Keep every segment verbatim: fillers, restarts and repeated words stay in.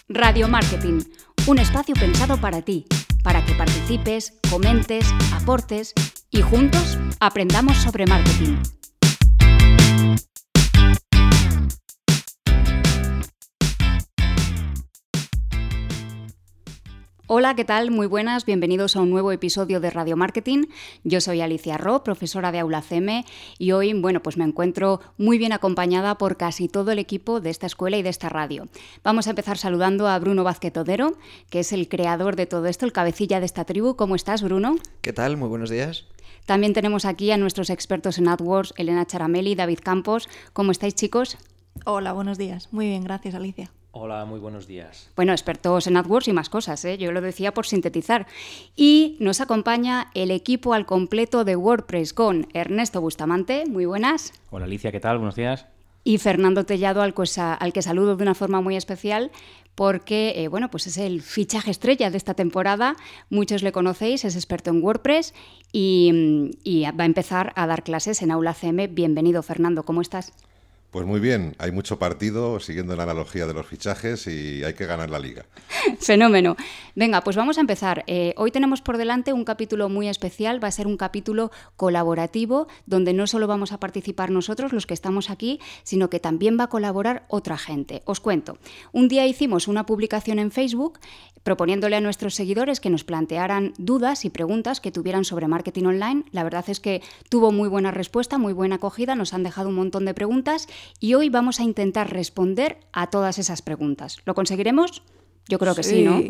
Radio Marketing, un espacio pensado para ti, para que participes, comentes, aportes y juntos aprendamos sobre marketing. Hola, ¿qué tal? Muy buenas, bienvenidos a un nuevo episodio de Radio Marketing. Yo soy Alicia Ro, profesora de Aula C M, y hoy, bueno, pues me encuentro muy bien acompañada por casi todo el equipo de esta escuela y de esta radio. Vamos a empezar saludando a Bruno Vázquez Todero, que es el creador de todo esto, el cabecilla de esta tribu. ¿Cómo estás, Bruno? ¿Qué tal? Muy buenos días. También tenemos aquí a nuestros expertos en AdWords, Elena Charameli y David Campos. ¿Cómo estáis, chicos? Hola, buenos días. Muy bien, gracias, Alicia. Hola, muy buenos días. Bueno, expertos en AdWords y más cosas, ¿eh? Yo lo decía por sintetizar. Y nos acompaña el equipo al completo de WordPress con Ernesto Bustamante. Muy buenas. Hola, Alicia, ¿qué tal? Buenos días. Y Fernando Tellado, al, cosa, al que saludo de una forma muy especial porque eh, bueno, pues es el fichaje estrella de esta temporada. Muchos le conocéis, es experto en WordPress y, y va a empezar a dar clases en Aula C M. Bienvenido, Fernando. ¿Cómo estás? Pues muy bien, hay mucho partido siguiendo la analogía de los fichajes y hay que ganar la liga. Fenómeno. Venga, pues vamos a empezar. Eh, hoy tenemos por delante un capítulo muy especial, va a ser un capítulo colaborativo donde no solo vamos a participar nosotros, los que estamos aquí, sino que también va a colaborar otra gente. Os cuento, un día hicimos una publicación en Facebook proponiéndole a nuestros seguidores que nos plantearan dudas y preguntas que tuvieran sobre marketing online. La verdad es que tuvo muy buena respuesta, muy buena acogida, nos han dejado un montón de preguntas y hoy vamos a intentar responder a todas esas preguntas. ¿Lo conseguiremos? Yo creo que sí, sí, ¿no?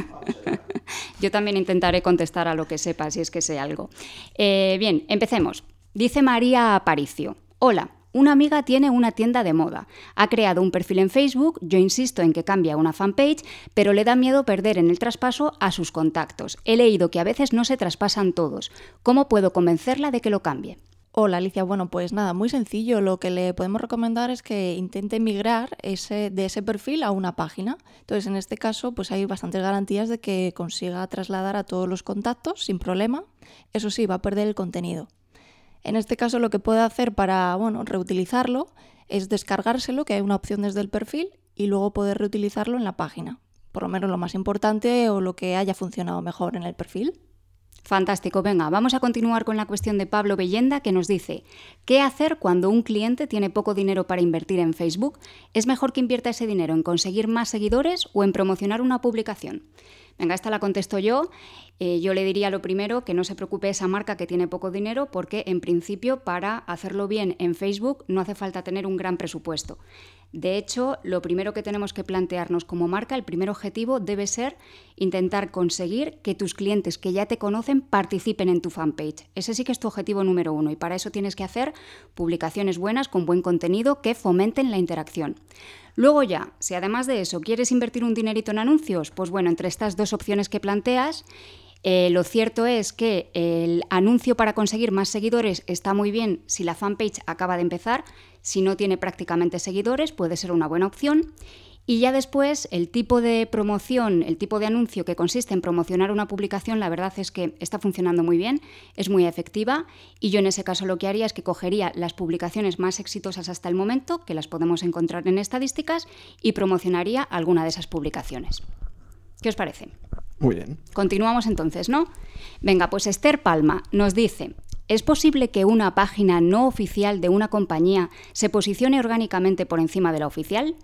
Yo también intentaré contestar a lo que sepa, si es que sé algo. Eh, bien, empecemos. Dice María Aparicio. Hola. Una amiga tiene una tienda de moda. Ha creado un perfil en Facebook, yo insisto en que cambie a una fanpage, pero le da miedo perder en el traspaso a sus contactos. He leído que a veces no se traspasan todos. ¿Cómo puedo convencerla de que lo cambie? Hola, Alicia. Bueno, pues nada, muy sencillo. Lo que le podemos recomendar es que intente migrar ese, de ese perfil a una página. Entonces, en este caso, pues hay bastantes garantías de que consiga trasladar a todos los contactos sin problema. Eso sí, va a perder el contenido. En este caso lo que puede hacer para bueno, reutilizarlo es descargárselo, que hay una opción desde el perfil, y luego poder reutilizarlo en la página. Por lo menos lo más importante o lo que haya funcionado mejor en el perfil. Fantástico, venga, vamos a continuar con la cuestión de Pablo Bellenda, que nos dice: ¿qué hacer cuando un cliente tiene poco dinero para invertir en Facebook? ¿Es mejor que invierta ese dinero en conseguir más seguidores o en promocionar una publicación? Venga, esta la contesto yo. Eh, yo le diría lo primero, que no se preocupe esa marca que tiene poco dinero, porque en principio para hacerlo bien en Facebook no hace falta tener un gran presupuesto. De hecho, lo primero que tenemos que plantearnos como marca, el primer objetivo debe ser intentar conseguir que tus clientes que ya te conocen participen en tu fanpage. Ese sí que es tu objetivo número uno y para eso tienes que hacer publicaciones buenas con buen contenido que fomenten la interacción. Luego ya, si además de eso quieres invertir un dinerito en anuncios, pues bueno, entre estas dos opciones que planteas, eh, lo cierto es que el anuncio para conseguir más seguidores está muy bien si la fanpage acaba de empezar. Si no tiene prácticamente seguidores, puede ser una buena opción. Y ya después, el tipo de promoción, el tipo de anuncio que consiste en promocionar una publicación, la verdad es que está funcionando muy bien, es muy efectiva y yo en ese caso lo que haría es que cogería las publicaciones más exitosas hasta el momento, que las podemos encontrar en estadísticas, y promocionaría alguna de esas publicaciones. ¿Qué os parece? Muy bien. Continuamos entonces, ¿no? Venga, pues Esther Palma nos dice: ¿es posible que una página no oficial de una compañía se posicione orgánicamente por encima de la oficial?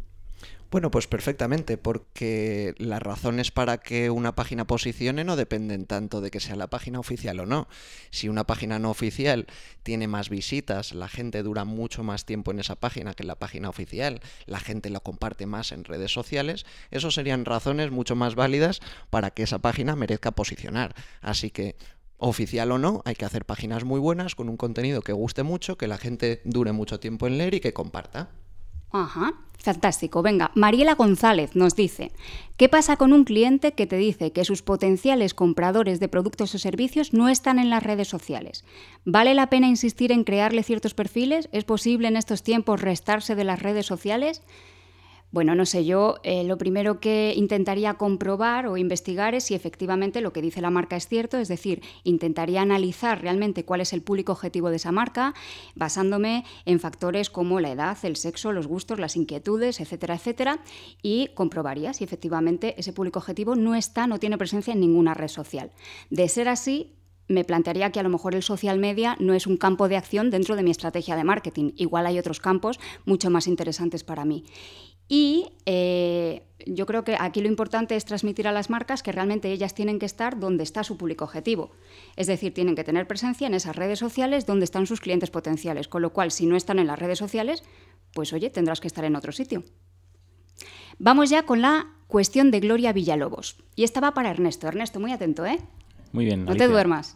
Bueno, pues perfectamente, porque las razones para que una página posicione no dependen tanto de que sea la página oficial o no. Si una página no oficial tiene más visitas, la gente dura mucho más tiempo en esa página que en la página oficial, la gente lo comparte más en redes sociales, eso serían razones mucho más válidas para que esa página merezca posicionar. Así que, oficial o no, hay que hacer páginas muy buenas con un contenido que guste mucho, que la gente dure mucho tiempo en leer y que comparta. Ajá, fantástico. Venga, Mariela González nos dice: ¿qué pasa con un cliente que te dice que sus potenciales compradores de productos o servicios no están en las redes sociales? ¿Vale la pena insistir en crearle ciertos perfiles? ¿Es posible en estos tiempos restarse de las redes sociales? Bueno, no sé, yo eh, lo primero que intentaría comprobar o investigar es si efectivamente lo que dice la marca es cierto, es decir, intentaría analizar realmente cuál es el público objetivo de esa marca, basándome en factores como la edad, el sexo, los gustos, las inquietudes, etcétera, etcétera, y comprobaría si efectivamente ese público objetivo no está, no tiene presencia en ninguna red social. De ser así, me plantearía que a lo mejor el social media no es un campo de acción dentro de mi estrategia de marketing. Igual hay otros campos mucho más interesantes para mí. Y eh, yo creo que aquí lo importante es transmitir a las marcas que realmente ellas tienen que estar donde está su público objetivo. Es decir, tienen que tener presencia en esas redes sociales donde están sus clientes potenciales. Con lo cual, si no están en las redes sociales, pues oye, tendrás que estar en otro sitio. Vamos ya con la cuestión de Gloria Villalobos. Y esta va para Ernesto. Ernesto, muy atento, ¿eh? Muy bien, no Alicia. te duermas.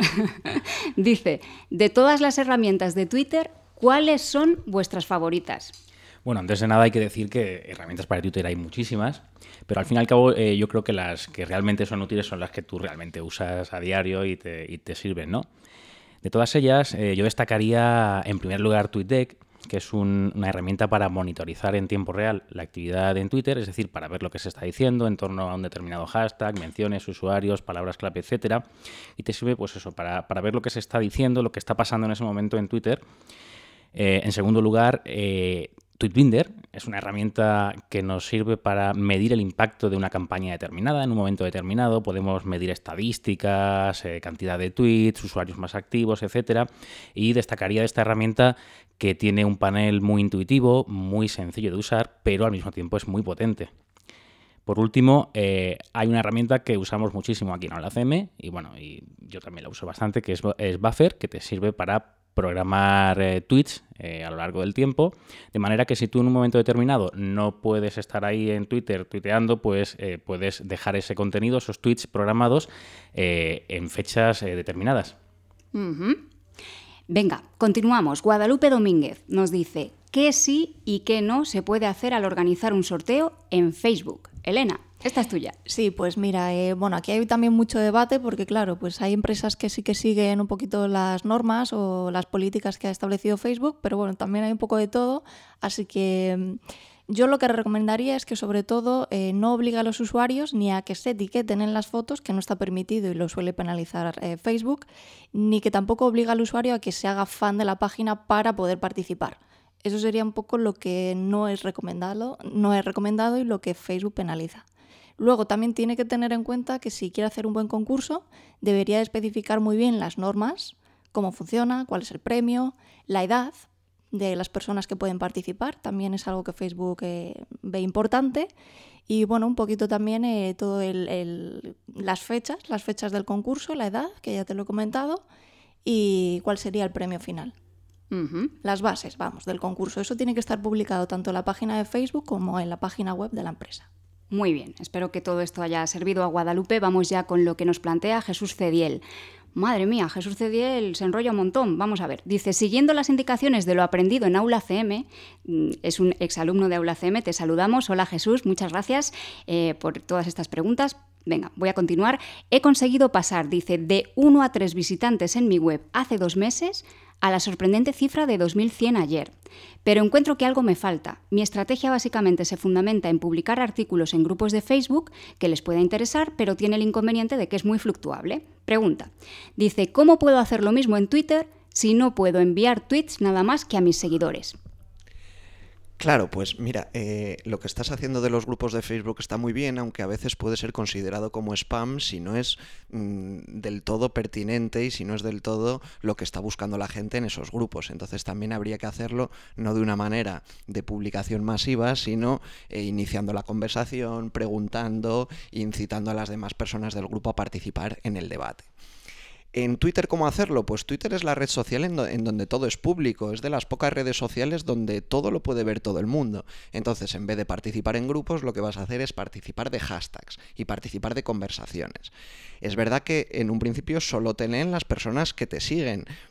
Dice, de todas las herramientas de Twitter, ¿cuáles son vuestras favoritas? Bueno, antes de nada hay que decir que herramientas para Twitter hay muchísimas, pero al fin y al cabo eh, yo creo que las que realmente son útiles son las que tú realmente usas a diario y te, y te sirven, ¿no? De todas ellas, eh, yo destacaría en primer lugar TweetDeck, que es un, una herramienta para monitorizar en tiempo real la actividad en Twitter, es decir, para ver lo que se está diciendo en torno a un determinado hashtag, menciones, usuarios, palabras clave, etcétera. Y te sirve, pues eso, para, para ver lo que se está diciendo, lo que está pasando en ese momento en Twitter. Eh, en segundo lugar, eh, Tweetbinder es una herramienta que nos sirve para medir el impacto de una campaña determinada en un momento determinado. Podemos medir estadísticas, eh, cantidad de tweets, usuarios más activos, etcétera. Y destacaría de esta herramienta que tiene un panel muy intuitivo, muy sencillo de usar, pero al mismo tiempo es muy potente. Por último, eh, hay una herramienta que usamos muchísimo aquí en Aula C M, y bueno, y yo también la uso bastante, que es, es Buffer, que te sirve para programar eh, tweets eh, a lo largo del tiempo, de manera que si tú en un momento determinado no puedes estar ahí en Twitter tuiteando, pues eh, puedes dejar ese contenido, esos tweets programados eh, en fechas eh, determinadas. Uh-huh. Venga, continuamos. Guadalupe Domínguez nos dice qué sí y qué no se puede hacer al organizar un sorteo en Facebook. Elena, esta es tuya. Sí, pues mira, eh, bueno, aquí hay también mucho debate porque, claro, pues hay empresas que sí que siguen un poquito las normas o las políticas que ha establecido Facebook, pero bueno, también hay un poco de todo, así que yo lo que recomendaría es que sobre todo eh, no obliga a los usuarios ni a que se etiqueten en las fotos, que no está permitido y lo suele penalizar eh, Facebook, ni que tampoco obliga al usuario a que se haga fan de la página para poder participar. Eso sería un poco lo que no es recomendado, no es recomendado y lo que Facebook penaliza. Luego también tiene que tener en cuenta que si quiere hacer un buen concurso, debería especificar muy bien las normas, cómo funciona, cuál es el premio, la edad de las personas que pueden participar, también es algo que Facebook eh, ve importante. Y bueno, un poquito también eh, todo el, el, las fechas, las fechas del concurso, la edad, que ya te lo he comentado, y cuál sería el premio final. Uh-huh. Las bases, vamos, del concurso. Eso tiene que estar publicado tanto en la página de Facebook como en la página web de la empresa. Muy bien, espero que todo esto haya servido a Guadalupe. Vamos ya con lo que nos plantea Jesús Cediel. Madre mía, Jesús Cediel se enrolla un montón. Vamos a ver. Dice, siguiendo las indicaciones de lo aprendido en Aula C M, es un exalumno de Aula C M, te saludamos. Hola Jesús, muchas gracias eh, por todas estas preguntas. Venga, voy a continuar. He conseguido pasar, dice, de uno a tres visitantes en mi web hace dos meses a la sorprendente cifra de dos mil cien ayer. Pero encuentro que algo me falta. Mi estrategia básicamente se fundamenta en publicar artículos en grupos de Facebook que les pueda interesar, pero tiene el inconveniente de que es muy fluctuable. Pregunta. Dice, ¿cómo puedo hacer lo mismo en Twitter si no puedo enviar tweets nada más que a mis seguidores? Claro, pues mira, eh, lo que estás haciendo de los grupos de Facebook está muy bien, aunque a veces puede ser considerado como spam si no es mmm, del todo pertinente y si no es del todo lo que está buscando la gente en esos grupos. Entonces también habría que hacerlo no de una manera de publicación masiva, sino eh, iniciando la conversación, preguntando, incitando a las demás personas del grupo a participar en el debate. En Twitter, ¿cómo hacerlo? Pues Twitter es la red social en, do- en donde todo es público, es de las pocas redes sociales donde todo lo puede ver todo el mundo. Entonces, en vez de participar en grupos, lo que vas a hacer es participar de hashtags y participar de conversaciones. Es verdad que en un principio solo te leen las personas que te siguen,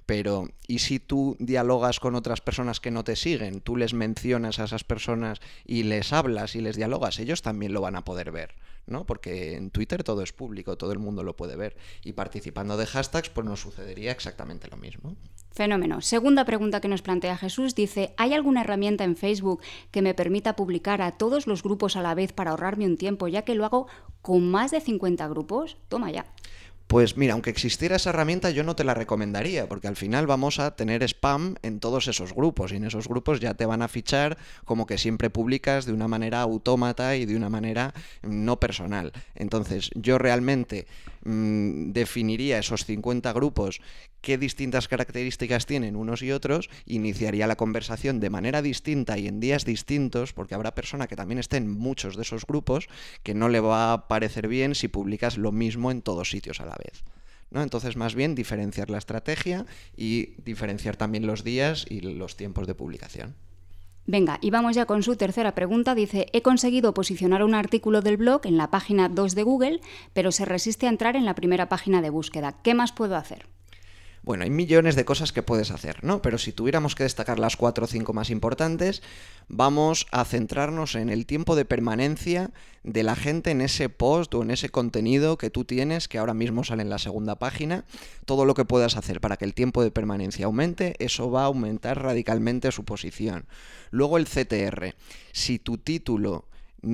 pero ¿y si tú dialogas con otras personas que no te siguen? Tú les mencionas a esas personas y les hablas y les dialogas, ellos también lo van a poder ver, ¿no? Porque en Twitter todo es público, todo el mundo lo puede ver. Y participando de hashtags, pues nos sucedería exactamente lo mismo. Fenómeno. Segunda pregunta que nos plantea Jesús, dice, ¿hay alguna herramienta en Facebook que me permita publicar a todos los grupos a la vez para ahorrarme un tiempo, ya que lo hago con más de cincuenta grupos? Toma ya. Pues mira, aunque existiera esa herramienta yo no te la recomendaría, porque al final vamos a tener spam en todos esos grupos y en esos grupos ya te van a fichar como que siempre publicas de una manera autómata y de una manera no personal. Entonces yo realmente mmm, definiría esos cincuenta grupos, qué distintas características tienen unos y otros, iniciaría la conversación de manera distinta y en días distintos, porque habrá persona que también esté en muchos de esos grupos que no le va a parecer bien si publicas lo mismo en todos sitios a la vez, ¿no? Entonces, más bien, diferenciar la estrategia y diferenciar también los días y los tiempos de publicación. Venga, y vamos ya con su tercera pregunta. Dice, he conseguido posicionar un artículo del blog en la página dos de Google, pero se resiste a entrar en la primera página de búsqueda. ¿Qué más puedo hacer? Bueno, hay millones de cosas que puedes hacer, ¿no? Pero si tuviéramos que destacar las cuatro o cinco más importantes, vamos a centrarnos en el tiempo de permanencia de la gente en ese post o en ese contenido que tú tienes, que ahora mismo sale en la segunda página. Todo lo que puedas hacer para que el tiempo de permanencia aumente, eso va a aumentar radicalmente su posición. Luego el C T R. Si tu título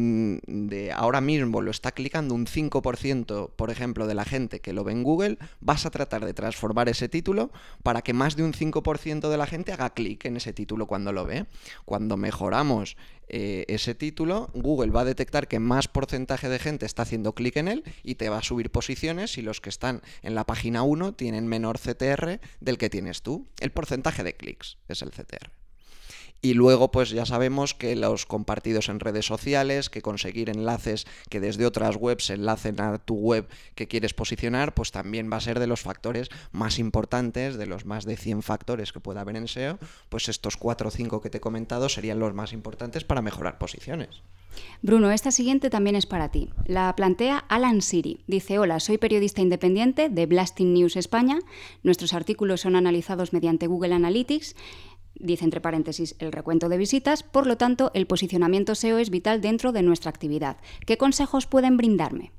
de ahora mismo lo está clicando un cinco por ciento, por ejemplo, de la gente que lo ve en Google, vas a tratar de transformar ese título para que más de un cinco por ciento de la gente haga clic en ese título cuando lo ve. Cuando mejoramos eh, ese título, Google va a detectar que más porcentaje de gente está haciendo clic en él y te va a subir posiciones, y los que están en la página uno tienen menor C T R del que tienes tú. El porcentaje de clics es el C T R. Y luego pues ya sabemos que los compartidos en redes sociales, que conseguir enlaces que desde otras webs se enlacen a tu web que quieres posicionar, pues también va a ser de los factores más importantes, de los más de cien factores que pueda haber en S E O, pues estos cuatro o cinco que te he comentado serían los más importantes para mejorar posiciones. Bruno, esta siguiente también es para ti. La plantea Alan Siri. Dice, hola, soy periodista independiente de Blasting News España. Nuestros artículos son analizados mediante Google Analytics. Dice entre paréntesis el recuento de visitas, por lo tanto el posicionamiento S E O es vital dentro de nuestra actividad. ¿Qué consejos pueden brindarme?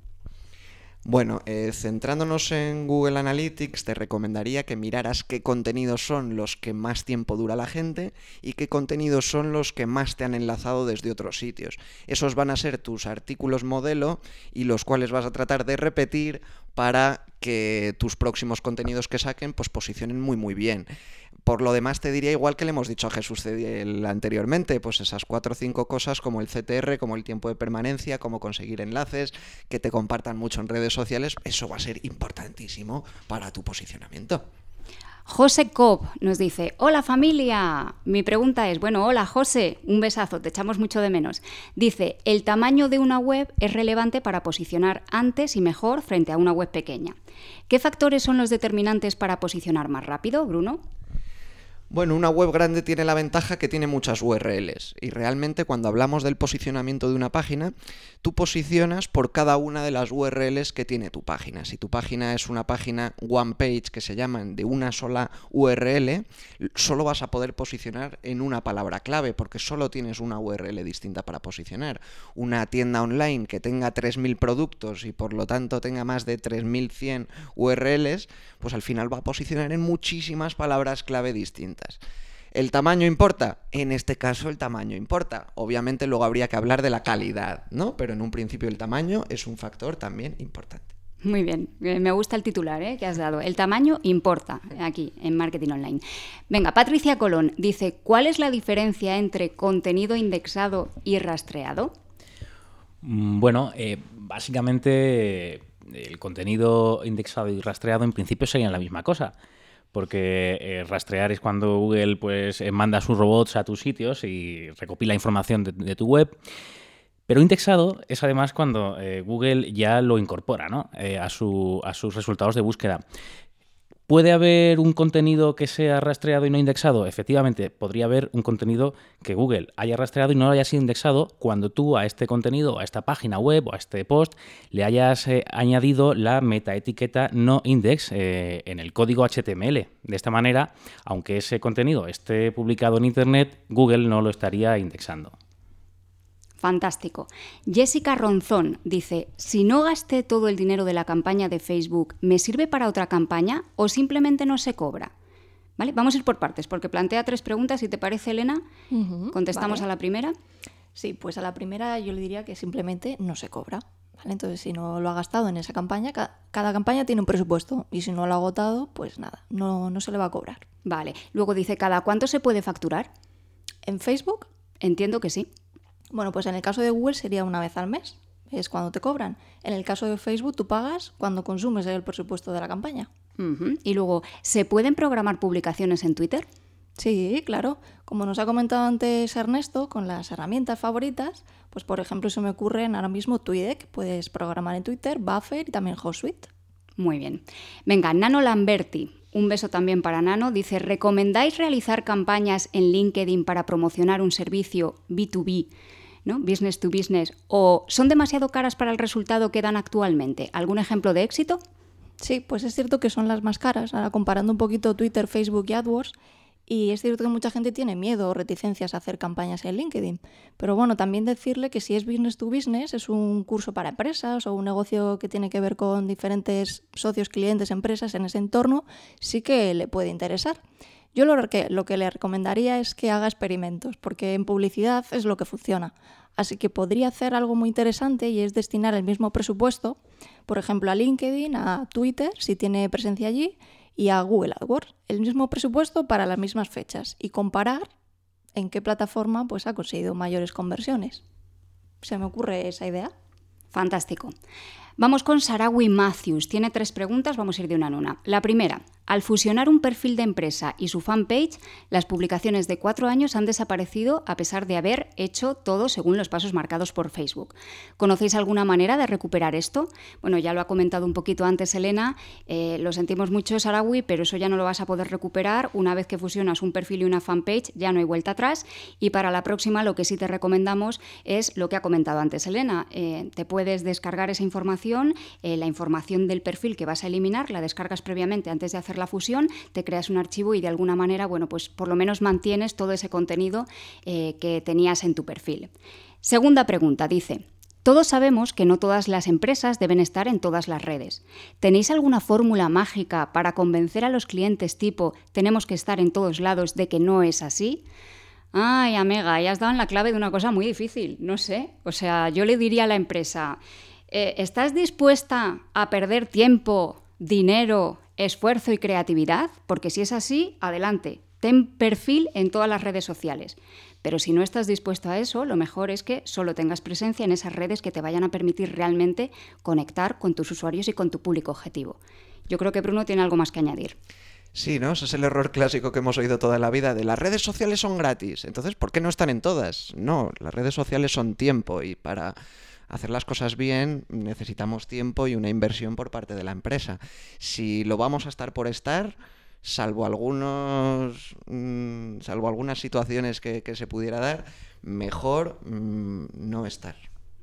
Bueno, eh, centrándonos en Google Analytics, te recomendaría que miraras qué contenidos son los que más tiempo dura la gente y qué contenidos son los que más te han enlazado desde otros sitios. Esos van a ser tus artículos modelo y los cuales vas a tratar de repetir para que tus próximos contenidos que saquen pues posicionen muy muy bien. Por lo demás te diría igual que le hemos dicho a Jesús anteriormente, pues esas cuatro o cinco cosas como el C T R, como el tiempo de permanencia, como conseguir enlaces, que te compartan mucho en redes sociales, eso va a ser importantísimo para tu posicionamiento. José Cobb nos dice, hola familia, mi pregunta es, bueno, hola José, un besazo, te echamos mucho de menos. Dice, ¿el tamaño de una web es relevante para posicionar antes y mejor frente a una web pequeña? ¿Qué factores son los determinantes para posicionar más rápido, Bruno? Bueno, una web grande tiene la ventaja que tiene muchas U R Ls y realmente cuando hablamos del posicionamiento de una página, tú posicionas por cada una de las U R Ls que tiene tu página. Si tu página es una página one page que se llaman de una sola U R L, solo vas a poder posicionar en una palabra clave porque solo tienes una U R L distinta para posicionar. Una tienda online que tenga tres mil productos y por lo tanto tenga más de tres mil cien U R Ls, pues al final va a posicionar en muchísimas palabras clave distintas. ¿El tamaño importa? En este caso el tamaño importa. Obviamente luego habría que hablar de la calidad, ¿no? Pero en un principio el tamaño es un factor también importante. Muy bien, me gusta el titular ¿eh? que has dado. El tamaño importa aquí en Marketing Online. Venga, Patricia Colón dice, ¿cuál es la diferencia entre contenido indexado y rastreado? Bueno, eh, básicamente el contenido indexado y rastreado en principio serían la misma cosa. Porque eh, rastrear es cuando Google pues eh, manda sus robots a tus sitios y recopila información de, de tu web. Pero indexado es además cuando eh, Google ya lo incorpora, ¿no? eh, a, su, a sus resultados de búsqueda. ¿Puede haber un contenido que sea rastreado y no indexado? Efectivamente, podría haber un contenido que Google haya rastreado y no haya sido indexado cuando tú a este contenido, a esta página web o a este post le hayas eh, añadido la metaetiqueta no index eh, en el código H T M L. De esta manera, aunque ese contenido esté publicado en Internet, Google no lo estaría indexando. Fantástico. Jessica Ronzón dice, si no gasté todo el dinero de la campaña de Facebook, ¿me sirve para otra campaña o simplemente no se cobra? ¿Vale? Vamos a ir por partes, porque plantea tres preguntas. Si te parece, Elena, uh-huh, contestamos vale. a la primera. Sí, pues a la primera yo le diría que simplemente no se cobra. ¿Vale? Entonces, si no lo ha gastado en esa campaña, ca- cada campaña tiene un presupuesto y si no lo ha agotado, pues nada, no, no se le va a cobrar. Vale. Luego dice, ¿cada cuánto se puede facturar? ¿En Facebook? Entiendo que sí. Bueno, pues en el caso de Google sería una vez al mes, es cuando te cobran. En el caso de Facebook tú pagas cuando consumes el presupuesto de la campaña. Uh-huh. Y luego, ¿se pueden programar publicaciones en Twitter? Sí, claro. Como nos ha comentado antes Ernesto, con las herramientas favoritas, pues por ejemplo se me ocurren ahora mismo TweetDeck, puedes programar en Twitter, Buffer y también HotSuite. Muy bien. Venga, Nano Lamberti. Un beso también para Nano. Dice, ¿recomendáis realizar campañas en LinkedIn para promocionar un servicio B dos B, ¿no? Business to business, o son demasiado caras para el resultado que dan actualmente? ¿Algún ejemplo de éxito? Sí, pues es cierto que son las más caras. Ahora comparando un poquito Twitter, Facebook y AdWords, y es cierto que mucha gente tiene miedo o reticencias a hacer campañas en LinkedIn. Pero bueno, también decirle que si es business to business, es un curso para empresas o un negocio que tiene que ver con diferentes socios, clientes, empresas en ese entorno, sí que le puede interesar. Yo lo que, lo que le recomendaría es que haga experimentos, porque en publicidad es lo que funciona. Así que podría hacer algo muy interesante y es destinar el mismo presupuesto, por ejemplo, a LinkedIn, a Twitter, si tiene presencia allí, y a Google AdWords. El mismo presupuesto para las mismas fechas y comparar en qué plataforma pues, ha conseguido mayores conversiones. ¿Se me ocurre esa idea? Fantástico. Vamos con Sarawi Matthews. Tiene tres preguntas, vamos a ir de una en una. La primera, al fusionar un perfil de empresa y su fanpage, las publicaciones de cuatro años han desaparecido a pesar de haber hecho todo según los pasos marcados por Facebook. ¿Conocéis alguna manera de recuperar esto? Bueno, ya lo ha comentado un poquito antes Elena, eh, lo sentimos mucho, Sarawi, pero eso ya no lo vas a poder recuperar. Una vez que fusionas un perfil y una fanpage, ya no hay vuelta atrás. Y para la próxima, lo que sí te recomendamos es lo que ha comentado antes Elena. Eh, te puedes descargar esa información. Eh, la información del perfil que vas a eliminar la descargas previamente antes de hacer la fusión, te creas un archivo y de alguna manera, bueno, pues por lo menos mantienes todo ese contenido eh, que tenías en tu perfil. Segunda pregunta, dice, todos sabemos que no todas las empresas deben estar en todas las redes. ¿Tenéis alguna fórmula mágica para convencer a los clientes tipo tenemos que estar en todos lados de que no es así? Ay, amiga, ya has dado en la clave de una cosa muy difícil, no sé. O sea, yo le diría a la empresa, Eh, ¿estás dispuesta a perder tiempo, dinero, esfuerzo y creatividad? Porque si es así, adelante, ten perfil en todas las redes sociales. Pero si no estás dispuesto a eso, lo mejor es que solo tengas presencia en esas redes que te vayan a permitir realmente conectar con tus usuarios y con tu público objetivo. Yo creo que Bruno tiene algo más que añadir. Sí, ¿no? Ese es el error clásico que hemos oído toda la vida de las redes sociales son gratis. Entonces, ¿por qué no están en todas? No, las redes sociales son tiempo y para hacer las cosas bien necesitamos tiempo y una inversión por parte de la empresa. Si lo vamos a estar por estar, salvo algunos, mmm, salvo algunas situaciones que, que se pudiera dar, mejor mmm, no estar.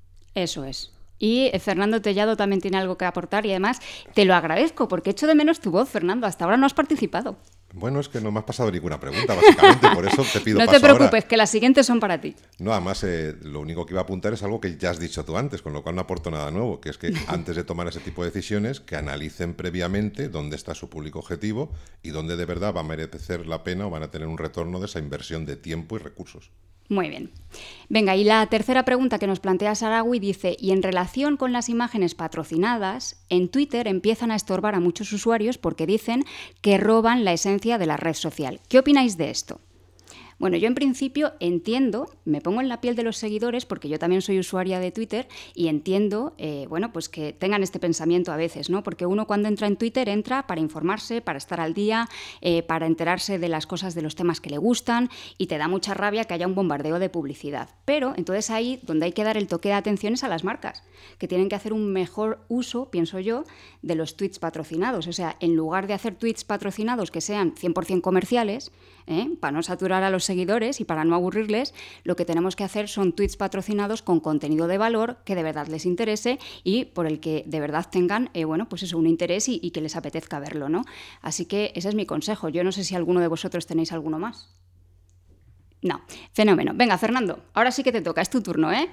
Eso es. Y Fernando Tellado también tiene algo que aportar y además te lo agradezco porque echo de menos tu voz, Fernando. Hasta ahora no has participado. Bueno, es que no me has pasado ninguna pregunta, básicamente, por eso te pido no paso te preocupes, ahora. Que las siguientes son para ti. No, además, eh, lo único que iba a apuntar es algo que ya has dicho tú antes, con lo cual no aporto nada nuevo, que es que antes de tomar ese tipo de decisiones, que analicen previamente dónde está su público objetivo y dónde de verdad va a merecer la pena o van a tener un retorno de esa inversión de tiempo y recursos. Muy bien. Venga, y la tercera pregunta que nos plantea Sarawi dice, y en relación con las imágenes patrocinadas, en Twitter empiezan a estorbar a muchos usuarios porque dicen que roban la esencia de la red social. ¿Qué opináis de esto? Bueno, yo en principio entiendo, me pongo en la piel de los seguidores, porque yo también soy usuaria de Twitter, y entiendo, eh, bueno, pues que tengan este pensamiento a veces, ¿no? Porque uno cuando entra en Twitter entra para informarse, para estar al día, eh, para enterarse de las cosas, de los temas que le gustan, y te da mucha rabia que haya un bombardeo de publicidad. Pero entonces ahí donde hay que dar el toque de atención es a las marcas, que tienen que hacer un mejor uso, pienso yo, de los tweets patrocinados. O sea, en lugar de hacer tweets patrocinados que sean cien por ciento comerciales, ¿eh? Para no saturar a los seguidores y para no aburrirles, lo que tenemos que hacer son tweets patrocinados con contenido de valor que de verdad les interese y por el que de verdad tengan, eh, bueno, pues eso, un interés y, y que les apetezca verlo, ¿no? Así que ese es mi consejo. Yo no sé si alguno de vosotros tenéis alguno más. No, fenómeno. Venga, Fernando, ahora sí que te toca, es tu turno, ¿eh?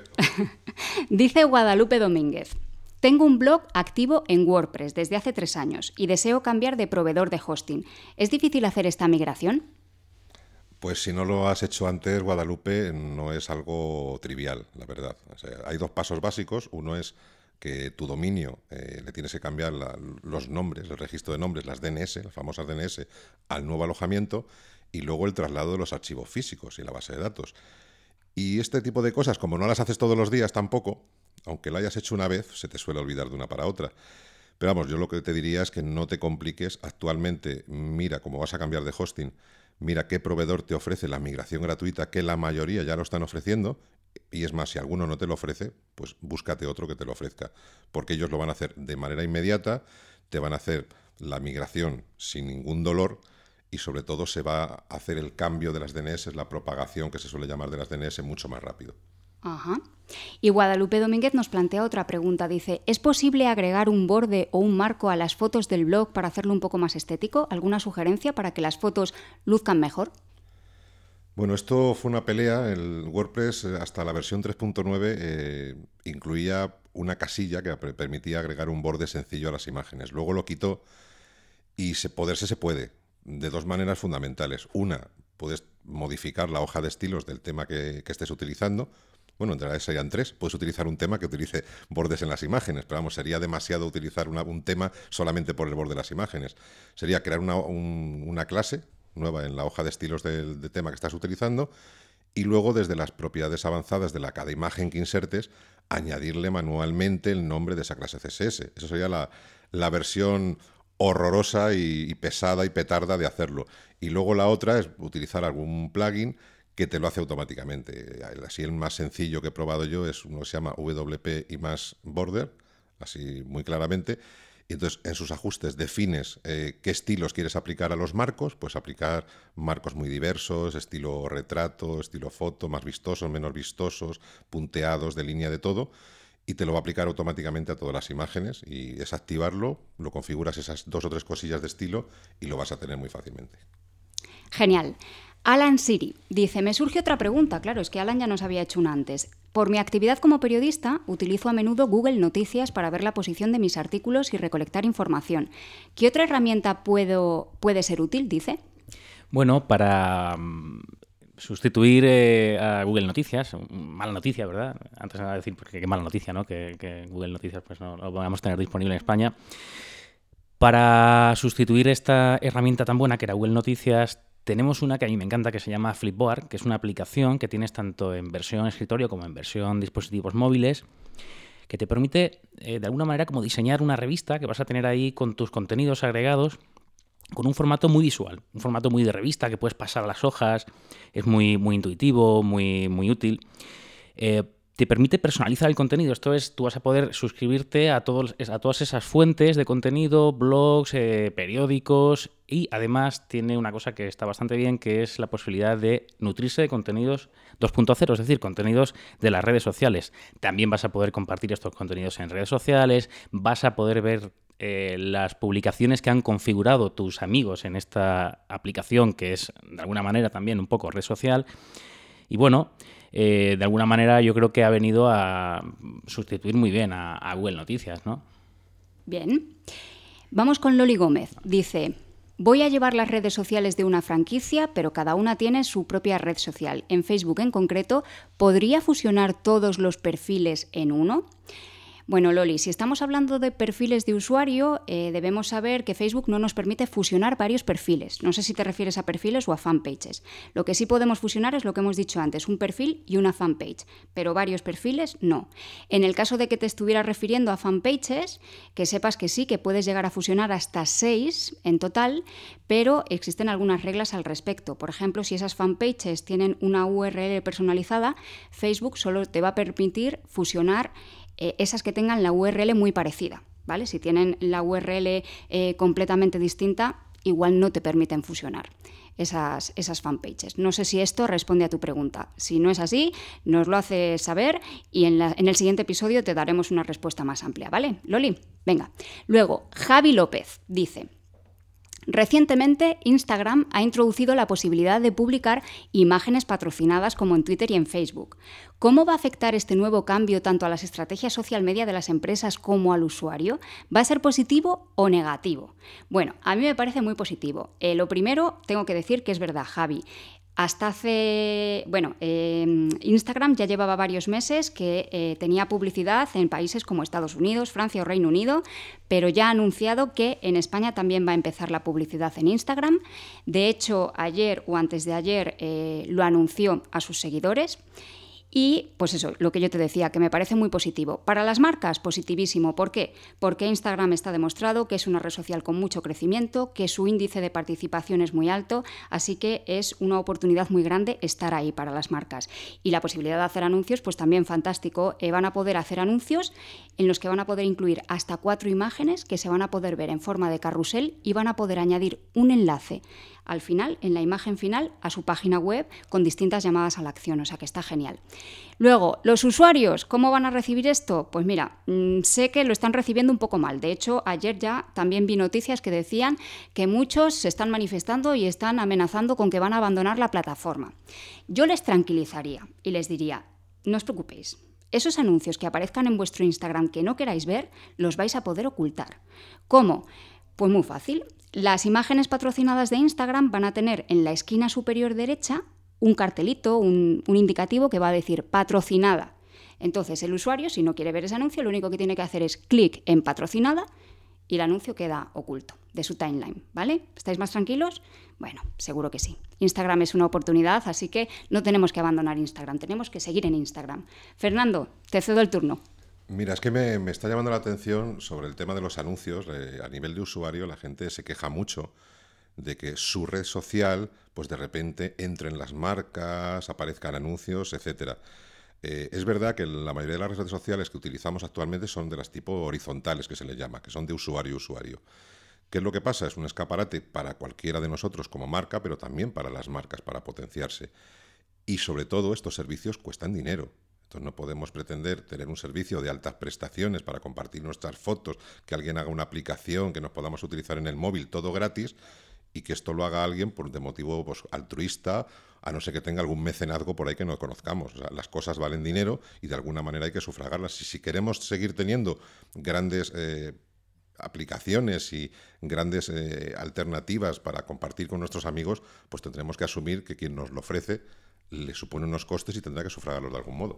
Dice Guadalupe Domínguez: tengo un blog activo en WordPress desde hace tres años y deseo cambiar de proveedor de hosting. ¿Es difícil hacer esta migración? Pues si no lo has hecho antes, Guadalupe, no es algo trivial, la verdad. O sea, hay dos pasos básicos. Uno es que tu dominio eh, le tienes que cambiar la, los nombres, el registro de nombres, las D N S, las famosas D N S, al nuevo alojamiento, y luego el traslado de los archivos físicos y la base de datos. Y este tipo de cosas, como no las haces todos los días tampoco, aunque lo hayas hecho una vez, se te suele olvidar de una para otra. Pero vamos, yo lo que te diría es que no te compliques. Actualmente, mira cómo vas a cambiar de hosting, mira qué proveedor te ofrece la migración gratuita, que la mayoría ya lo están ofreciendo, y es más, si alguno no te lo ofrece, pues búscate otro que te lo ofrezca, porque ellos lo van a hacer de manera inmediata, te van a hacer la migración sin ningún dolor, y sobre todo se va a hacer el cambio de las D N S, la propagación que se suele llamar de las D N S, mucho más rápido. Ajá. Y Guadalupe Domínguez nos plantea otra pregunta. Dice: ¿es posible agregar un borde o un marco a las fotos del blog para hacerlo un poco más estético? ¿Alguna sugerencia para que las fotos luzcan mejor? Bueno, esto fue una pelea. El WordPress, hasta la versión tres punto nueve, eh, incluía una casilla que permitía agregar un borde sencillo a las imágenes. Luego lo quitó y se, poderse se puede, de dos maneras fundamentales. Una, puedes modificar la hoja de estilos del tema que, que estés utilizando. Bueno, en realidad serían tres. Puedes utilizar un tema que utilice bordes en las imágenes, pero vamos, sería demasiado utilizar una, un tema solamente por el borde de las imágenes. Sería crear una, un, una clase nueva en la hoja de estilos del de tema que estás utilizando y luego desde las propiedades avanzadas de la cada imagen que insertes, añadirle manualmente el nombre de esa clase C S S. Eso sería la, la versión horrorosa y, y pesada y petarda de hacerlo. Y luego la otra es utilizar algún plugin que te lo hace automáticamente. Así el más sencillo que he probado yo es uno que se llama W P Image Border, así muy claramente. Y entonces en sus ajustes defines eh, qué estilos quieres aplicar a los marcos, pues aplicar marcos muy diversos, estilo retrato, estilo foto, más vistosos, menos vistosos, punteados, de línea de todo, y te lo va a aplicar automáticamente a todas las imágenes y es activarlo, lo configuras esas dos o tres cosillas de estilo y lo vas a tener muy fácilmente. Genial. Alan Siri dice: me surge otra pregunta, claro, es que Alan ya nos había hecho una antes. Por mi actividad como periodista, utilizo a menudo Google Noticias para ver la posición de mis artículos y recolectar información. ¿Qué otra herramienta puedo, puede ser útil, dice? Bueno, para um, sustituir eh, a Google Noticias, mala noticia, ¿verdad? Antes de decir porque qué mala noticia, ¿no? Que, que Google Noticias pues no lo vamos a tener disponible en España. Para sustituir esta herramienta tan buena que era Google Noticias, tenemos una que a mí me encanta que se llama Flipboard, que es una aplicación que tienes tanto en versión escritorio como en versión dispositivos móviles, que te permite eh, de alguna manera como diseñar una revista que vas a tener ahí con tus contenidos agregados con un formato muy visual, un formato muy de revista que puedes pasar a las hojas, es muy, muy intuitivo, muy, muy útil. Eh, Te permite personalizar el contenido. Esto es, tú vas a poder suscribirte a, todos, a todas esas fuentes de contenido, blogs, eh, periódicos, y además tiene una cosa que está bastante bien, que es la posibilidad de nutrirse de contenidos dos punto cero, es decir, contenidos de las redes sociales. También vas a poder compartir estos contenidos en redes sociales, vas a poder ver eh, las publicaciones que han configurado tus amigos en esta aplicación, que es de alguna manera también un poco red social. Y bueno, eh, de alguna manera yo creo que ha venido a sustituir muy bien a, a Google Noticias, ¿no? Bien. Vamos con Loli Gómez. Dice: voy a llevar las redes sociales de una franquicia, pero cada una tiene su propia red social. En Facebook en concreto, ¿podría fusionar todos los perfiles en uno? Bueno, Loli, si estamos hablando de perfiles de usuario, eh, debemos saber que Facebook no nos permite fusionar varios perfiles. No sé si te refieres a perfiles o a fanpages. Lo que sí podemos fusionar es lo que hemos dicho antes, un perfil y una fanpage, pero varios perfiles no. En el caso de que te estuvieras refiriendo a fanpages, que sepas que sí, que puedes llegar a fusionar hasta seis en total, pero existen algunas reglas al respecto. Por ejemplo, si esas fanpages tienen una U R L personalizada, Facebook solo te va a permitir fusionar eh, esas que tengan la U R L muy parecida, ¿vale? Si tienen la U R L eh, completamente distinta, igual no te permiten fusionar esas, esas fanpages. No sé si esto responde a tu pregunta. Si no es así, nos lo haces saber y en, la, en el siguiente episodio te daremos una respuesta más amplia, ¿vale, Loli? Venga. Luego, Javi López dice: recientemente, Instagram ha introducido la posibilidad de publicar imágenes patrocinadas como en Twitter y en Facebook. ¿Cómo va a afectar este nuevo cambio tanto a las estrategias social media de las empresas como al usuario? ¿Va a ser positivo o negativo? Bueno, a mí me parece muy positivo. Eh, lo primero, tengo que decir que es verdad, Javi. Hasta hace, bueno, eh, Instagram ya llevaba varios meses que eh, tenía publicidad en países como Estados Unidos, Francia o Reino Unido, pero ya ha anunciado que en España también va a empezar la publicidad en Instagram. De hecho, ayer o antes de ayer eh, lo anunció a sus seguidores. Y pues eso, lo que yo te decía, que me parece muy positivo. Para las marcas, positivísimo. ¿Por qué? Porque Instagram está demostrado que es una red social con mucho crecimiento, que su índice de participación es muy alto, así que es una oportunidad muy grande estar ahí para las marcas. Y la posibilidad de hacer anuncios, pues también fantástico. Eh, van a poder hacer anuncios en los que van a poder incluir hasta cuatro imágenes que se van a poder ver en forma de carrusel y van a poder añadir un enlace al final, en la imagen final, a su página web con distintas llamadas a la acción, o sea que está genial. Luego, los usuarios, ¿cómo van a recibir esto? Pues mira, mmm, sé que lo están recibiendo un poco mal. De hecho, ayer ya también vi noticias que decían que muchos se están manifestando y están amenazando con que van a abandonar la plataforma. Yo les tranquilizaría y les diría, no os preocupéis. Esos anuncios que aparezcan en vuestro Instagram que no queráis ver, los vais a poder ocultar. ¿Cómo? Pues muy fácil. Las imágenes patrocinadas de Instagram van a tener en la esquina superior derecha un cartelito, un, un indicativo que va a decir patrocinada. Entonces el usuario, si no quiere ver ese anuncio, lo único que tiene que hacer es clic en patrocinada y el anuncio queda oculto de su timeline, ¿vale? ¿Estáis más tranquilos? Bueno, seguro que sí. Instagram es una oportunidad, así que no tenemos que abandonar Instagram, tenemos que seguir en Instagram. Fernando, te cedo el turno. Mira, es que me, me está llamando la atención sobre el tema de los anuncios. Eh, a nivel de usuario, la gente se queja mucho de que su red social, pues de repente entren las marcas, aparezcan anuncios, etcétera. Eh, es verdad que la mayoría de las redes sociales que utilizamos actualmente son de las tipo horizontales, que se les llama, que son de usuario a usuario. ¿Qué es lo que pasa? Es un escaparate para cualquiera de nosotros como marca, pero también para las marcas, para potenciarse. Y sobre todo, estos servicios cuestan dinero. Entonces no podemos pretender tener un servicio de altas prestaciones para compartir nuestras fotos, que alguien haga una aplicación que nos podamos utilizar en el móvil, todo gratis, y que esto lo haga alguien por de motivo pues, altruista, a no ser que tenga algún mecenazgo por ahí que no conozcamos. O sea, las cosas valen dinero y de alguna manera hay que sufragarlas. Y si queremos seguir teniendo grandes eh, aplicaciones y grandes eh, alternativas para compartir con nuestros amigos, pues tendremos que asumir que quien nos lo ofrece le supone unos costes y tendrá que sufragarlos de algún modo.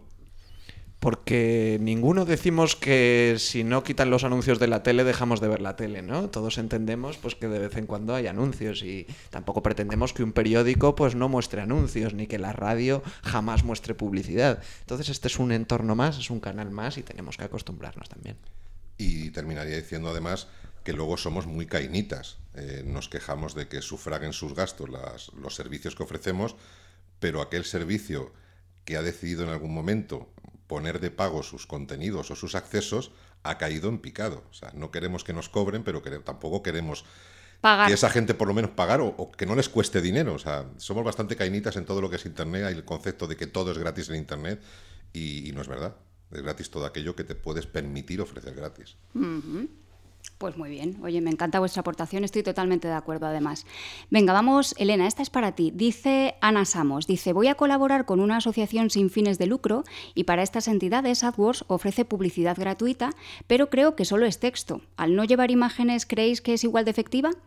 Porque ninguno decimos que si no quitan los anuncios de la tele dejamos de ver la tele, ¿no? Todos entendemos pues que de vez en cuando hay anuncios y tampoco pretendemos que un periódico pues no muestre anuncios ni que la radio jamás muestre publicidad. Entonces este es un entorno más, es un canal más y tenemos que acostumbrarnos también. Y terminaría diciendo además que luego somos muy cainitas. Eh, nos quejamos de que sufraguen sus gastos las, los servicios que ofrecemos, pero aquel servicio que ha decidido en algún momento poner de pago sus contenidos o sus accesos ha caído en picado. O sea, no queremos que nos cobren, pero que tampoco queremos pagar. Que esa gente por lo menos pagar o, o que no les cueste dinero. O sea, somos bastante cainitas en todo lo que es Internet. Hay el concepto de que todo es gratis en Internet y, y no es verdad. Es gratis todo aquello que te puedes permitir ofrecer gratis. Uh-huh. Pues muy bien. Oye, me encanta vuestra aportación, estoy totalmente de acuerdo además. Venga, vamos, Elena, esta es para ti. Dice Ana Samos, dice, voy a colaborar con una asociación sin fines de lucro y para estas entidades AdWords ofrece publicidad gratuita, pero creo que solo es texto. ¿Al no llevar imágenes creéis que es igual de efectiva?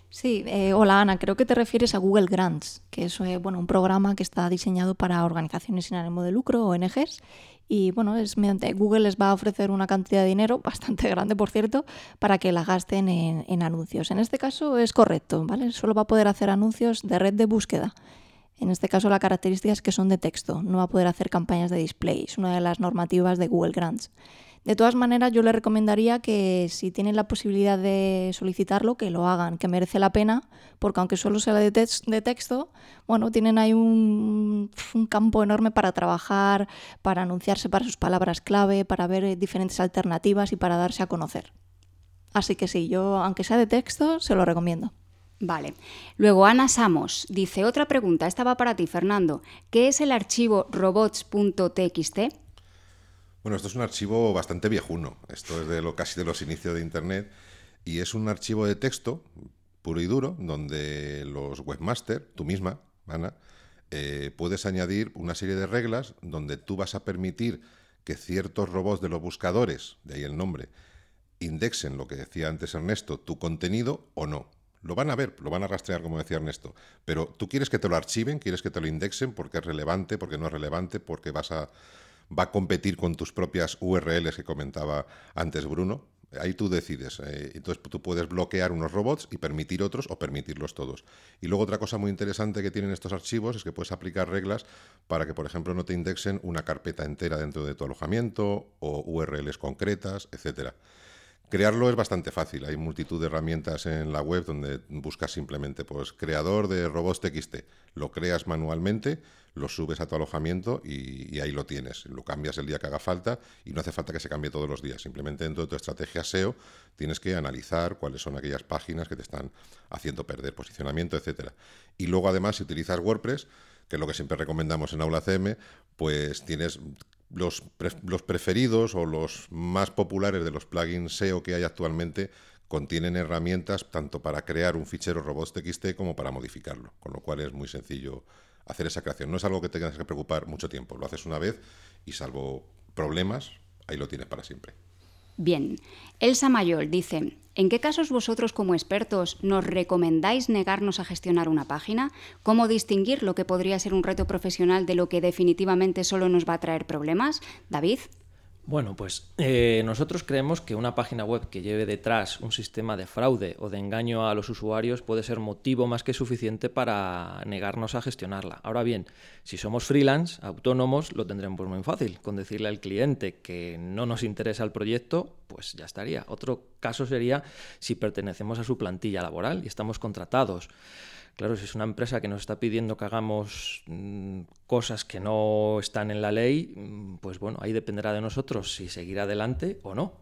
Sí, eh, hola Ana, creo que te refieres a Google Grants, que es eh, bueno, un programa que está diseñado para organizaciones sin ánimo de lucro, O N Ges, y bueno, es mediante Google les va a ofrecer una cantidad de dinero, bastante grande por cierto, para que la gasten en, en anuncios. En este caso es correcto, ¿vale? Solo va a poder hacer anuncios de red de búsqueda. En este caso la característica es que son de texto, no va a poder hacer campañas de display, es una de las normativas de Google Grants. De todas maneras, yo le recomendaría que si tienen la posibilidad de solicitarlo, que lo hagan, que merece la pena, porque aunque solo sea de, tex- de texto, bueno, tienen ahí un, un campo enorme para trabajar, para anunciarse para sus palabras clave, para ver diferentes alternativas y para darse a conocer. Así que sí, yo, aunque sea de texto, se lo recomiendo. Vale. Luego Ana Samos dice, otra pregunta, esta va para ti, Fernando. ¿Qué es el archivo robots punto t x t? Bueno, esto es un archivo bastante viejuno. Esto es de lo, casi de los inicios de Internet y es un archivo de texto puro y duro donde los webmasters, tú misma, Ana, eh, puedes añadir una serie de reglas donde tú vas a permitir que ciertos robots de los buscadores, de ahí el nombre, indexen lo que decía antes Ernesto, tu contenido o no. Lo van a ver, lo van a rastrear, como decía Ernesto, pero tú quieres que te lo archiven, quieres que te lo indexen porque es relevante, porque no es relevante, porque vas a... va a competir con tus propias U R Ls que comentaba antes Bruno. Ahí tú decides. Eh, entonces tú puedes bloquear unos robots y permitir otros o permitirlos todos. Y luego otra cosa muy interesante que tienen estos archivos es que puedes aplicar reglas para que, por ejemplo, no te indexen una carpeta entera dentro de tu alojamiento o U R Ls concretas, etcétera. Crearlo es bastante fácil. Hay multitud de herramientas en la web donde buscas simplemente pues, creador de robots T X T. Lo creas manualmente, lo subes a tu alojamiento y, y ahí lo tienes. Lo cambias el día que haga falta y no hace falta que se cambie todos los días. Simplemente dentro de tu estrategia S E O tienes que analizar cuáles son aquellas páginas que te están haciendo perder posicionamiento, etcétera. Y luego además si utilizas WordPress, que es lo que siempre recomendamos en Aula C M, pues tienes... Los, pre los preferidos o los más populares de los plugins S E O que hay actualmente contienen herramientas tanto para crear un fichero robots T X T como para modificarlo, con lo cual es muy sencillo hacer esa creación. No es algo que tengas que preocupar mucho tiempo, lo haces una vez y salvo problemas, ahí lo tienes para siempre. Bien, Elsa Mayol dice, ¿en qué casos vosotros como expertos nos recomendáis negarnos a gestionar una página? ¿Cómo distinguir lo que podría ser un reto profesional de lo que definitivamente solo nos va a traer problemas? David. Bueno, pues eh, nosotros creemos que una página web que lleve detrás un sistema de fraude o de engaño a los usuarios puede ser motivo más que suficiente para negarnos a gestionarla. Ahora bien, si somos freelance, autónomos, lo tendremos muy fácil. Con decirle al cliente que no nos interesa el proyecto, pues ya estaría. Otro caso sería si pertenecemos a su plantilla laboral y estamos contratados. Claro, si es una empresa que nos está pidiendo que hagamos mmm, cosas que no están en la ley, pues bueno, ahí dependerá de nosotros si seguir adelante o no.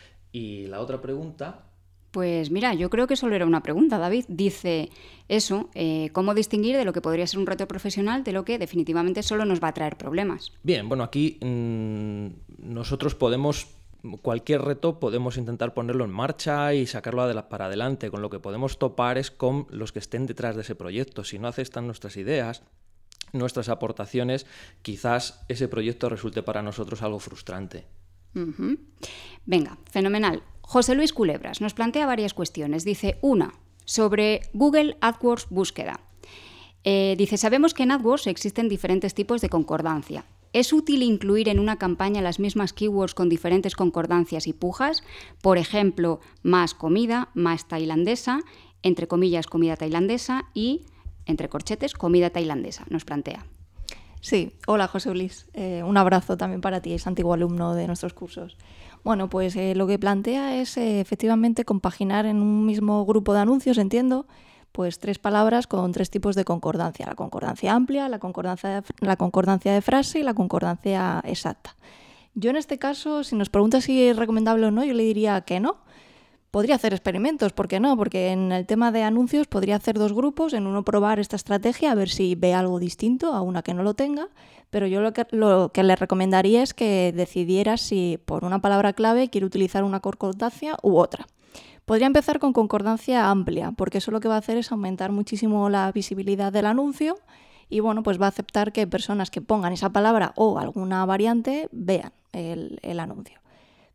Y la otra pregunta... Pues mira, yo creo que solo era una pregunta, David. Dice eso, eh, ¿cómo distinguir de lo que podría ser un reto profesional de lo que definitivamente solo nos va a traer problemas? Bien, bueno, aquí mmm, nosotros podemos... Cualquier reto podemos intentar ponerlo en marcha y sacarlo para adelante. Con lo que podemos topar es con los que estén detrás de ese proyecto. Si no aceptan nuestras ideas, nuestras aportaciones, quizás ese proyecto resulte para nosotros algo frustrante. Uh-huh. Venga, fenomenal. José Luis Culebras nos plantea varias cuestiones. Dice, una, sobre Google AdWords búsqueda. Eh, dice, sabemos que en AdWords existen diferentes tipos de concordancia. ¿Es útil incluir en una campaña las mismas keywords con diferentes concordancias y pujas? Por ejemplo, más comida, más tailandesa, entre comillas, comida tailandesa y, entre corchetes, comida tailandesa, nos plantea. Sí, hola José Luis, eh, un abrazo también para ti, es antiguo alumno de nuestros cursos. Bueno, pues eh, lo que plantea es eh, efectivamente compaginar en un mismo grupo de anuncios, entiendo, pues tres palabras con tres tipos de concordancia. La concordancia amplia, la concordancia de, la concordancia de frase y la concordancia exacta. Yo en este caso, si nos pregunta si es recomendable o no, yo le diría que no. Podría hacer experimentos, ¿por qué no? Porque en el tema de anuncios podría hacer dos grupos, en uno probar esta estrategia, a ver si ve algo distinto a una que no lo tenga, pero yo lo que, lo que le recomendaría es que decidiera si por una palabra clave quiere utilizar una concordancia u otra. Podría empezar con concordancia amplia, porque eso lo que va a hacer es aumentar muchísimo la visibilidad del anuncio y bueno, pues va a aceptar que personas que pongan esa palabra o alguna variante vean el, el anuncio.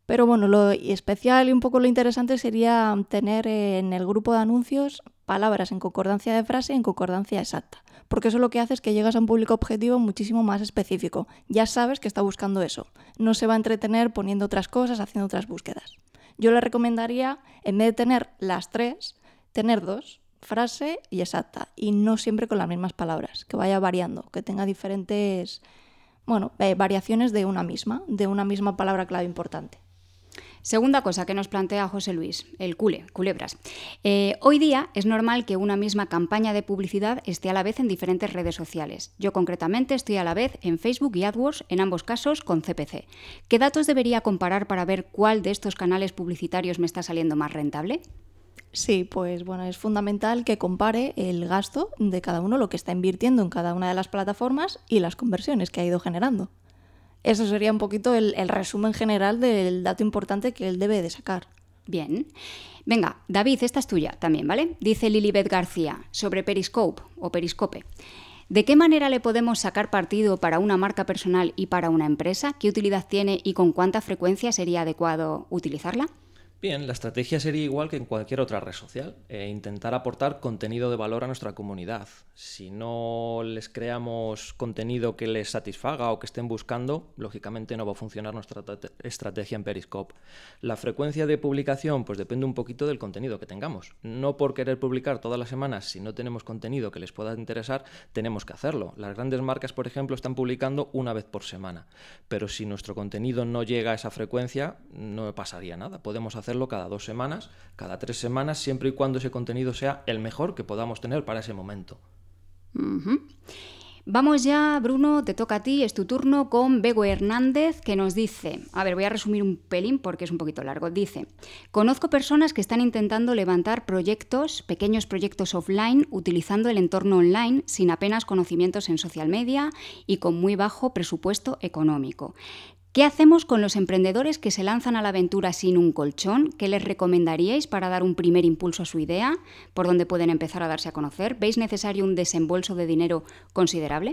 Pero bueno, lo especial y un poco lo interesante sería tener en el grupo de anuncios palabras en concordancia de frase y en concordancia exacta. Porque eso lo que hace es que llegas a un público objetivo muchísimo más específico. Ya sabes que está buscando eso. No se va a entretener poniendo otras cosas, haciendo otras búsquedas. Yo le recomendaría, en vez de tener las tres, tener dos, frase y exacta. Y no siempre con las mismas palabras, que vaya variando, que tenga diferentes, bueno, eh, variaciones de una misma, de una misma palabra clave importante. Segunda cosa que nos plantea José Luis, el cule, culebras. Eh, hoy día es normal que una misma campaña de publicidad esté a la vez en diferentes redes sociales. Yo concretamente estoy a la vez en Facebook y AdWords, en ambos casos con C P C. ¿Qué datos debería comparar para ver cuál de estos canales publicitarios me está saliendo más rentable? Sí, pues bueno, es fundamental que compare el gasto de cada uno, lo que está invirtiendo en cada una de las plataformas y las conversiones que ha ido generando. Eso sería un poquito el, el resumen general del dato importante que él debe de sacar. Bien. Venga, David, esta es tuya también, ¿vale? Dice Lilibet García sobre Periscope o Periscope. ¿De qué manera le podemos sacar partido para una marca personal y para una empresa? ¿Qué utilidad tiene y con cuánta frecuencia sería adecuado utilizarla? Bien, la estrategia sería igual que en cualquier otra red social, eh, intentar aportar contenido de valor a nuestra comunidad. Si no les creamos contenido que les satisfaga o que estén buscando, lógicamente no va a funcionar nuestra estrategia en Periscope. La frecuencia de publicación pues depende un poquito del contenido que tengamos. No por querer publicar todas las semanas, si no tenemos contenido que les pueda interesar, tenemos que hacerlo. Las grandes marcas, por ejemplo, están publicando una vez por semana, pero si nuestro contenido no llega a esa frecuencia, no pasaría nada. Podemos hacer hacerlo cada dos semanas, cada tres semanas, siempre y cuando ese contenido sea el mejor que podamos tener para ese momento. Uh-huh. Vamos ya, Bruno, te toca a ti, es tu turno, con Bego Hernández, que nos dice, a ver, voy a resumir un pelín porque es un poquito largo, dice, conozco personas que están intentando levantar proyectos, pequeños proyectos offline, utilizando el entorno online sin apenas conocimientos en social media y con muy bajo presupuesto económico. ¿Qué hacemos con los emprendedores que se lanzan a la aventura sin un colchón? ¿Qué les recomendaríais para dar un primer impulso a su idea? ¿Por dónde pueden empezar a darse a conocer? ¿Veis necesario un desembolso de dinero considerable?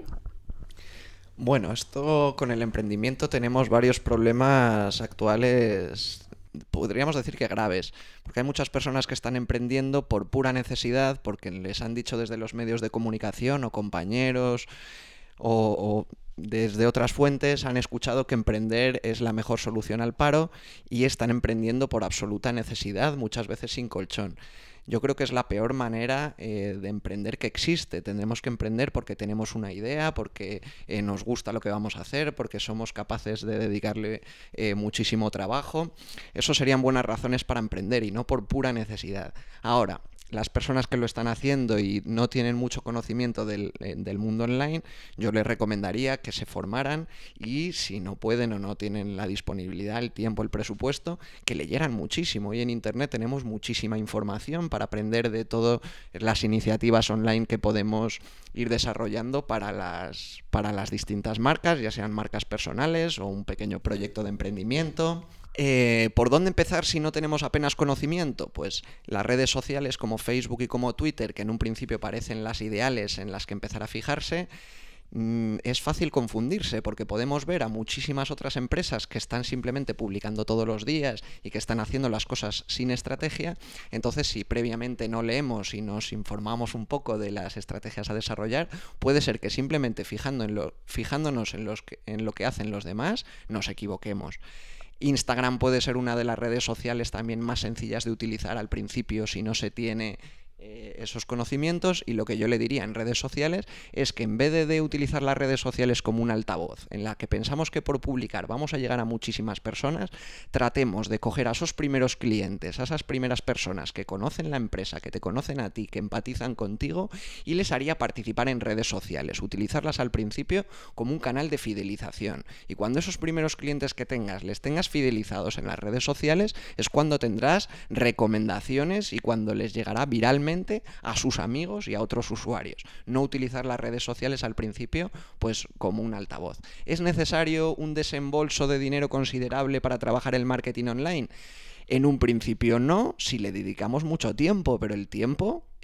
Bueno, esto con el emprendimiento tenemos varios problemas actuales, podríamos decir que graves, porque hay muchas personas que están emprendiendo por pura necesidad, porque les han dicho desde los medios de comunicación o compañeros o... o desde otras fuentes han escuchado que emprender es la mejor solución al paro y están emprendiendo por absoluta necesidad, muchas veces sin colchón. Yo creo que es la peor manera eh, de emprender que existe. Tendremos que emprender porque tenemos una idea, porque eh, nos gusta lo que vamos a hacer, porque somos capaces de dedicarle eh, muchísimo trabajo. Eso serían buenas razones para emprender y no por pura necesidad. Ahora, las personas que lo están haciendo y no tienen mucho conocimiento del, del mundo online, yo les recomendaría que se formaran y si no pueden o no tienen la disponibilidad, el tiempo, el presupuesto, que leyeran muchísimo. Hoy en Internet tenemos muchísima información para aprender de todas las iniciativas online que podemos ir desarrollando para las, para las distintas marcas, ya sean marcas personales o un pequeño proyecto de emprendimiento. Eh, ¿Por dónde empezar si no tenemos apenas conocimiento? Pues las redes sociales como Facebook y como Twitter, que en un principio parecen las ideales en las que empezar a fijarse, mmm, es fácil confundirse porque podemos ver a muchísimas otras empresas que están simplemente publicando todos los días y que están haciendo las cosas sin estrategia. Entonces, si previamente no leemos y nos informamos un poco de las estrategias a desarrollar, puede ser que simplemente fijando en lo, fijándonos en, los que, en lo que hacen los demás, nos equivoquemos. Instagram puede ser una de las redes sociales también más sencillas de utilizar al principio si no se tiene eh, esos conocimientos, y lo que yo le diría en redes sociales es que en vez de, de utilizar las redes sociales como un altavoz en la que pensamos que por publicar vamos a llegar a muchísimas personas, tratemos de coger a esos primeros clientes, a esas primeras personas que conocen la empresa, que te conocen a ti, que empatizan contigo, y les haría participar en redes sociales, utilizarlas al principio como un canal de fidelización, y cuando esos primeros clientes que tengas les tengas fidelizados en las redes sociales es cuando tendrás recomendaciones y cuando les llegará viralmente a sus amigos y a otros usuarios. No utilizar las redes sociales al principio pues como un altavoz. ¿Es necesario un desembolso de dinero considerable para trabajar el marketing online? En un principio no, si le dedicamos mucho tiempo, pero el tiempo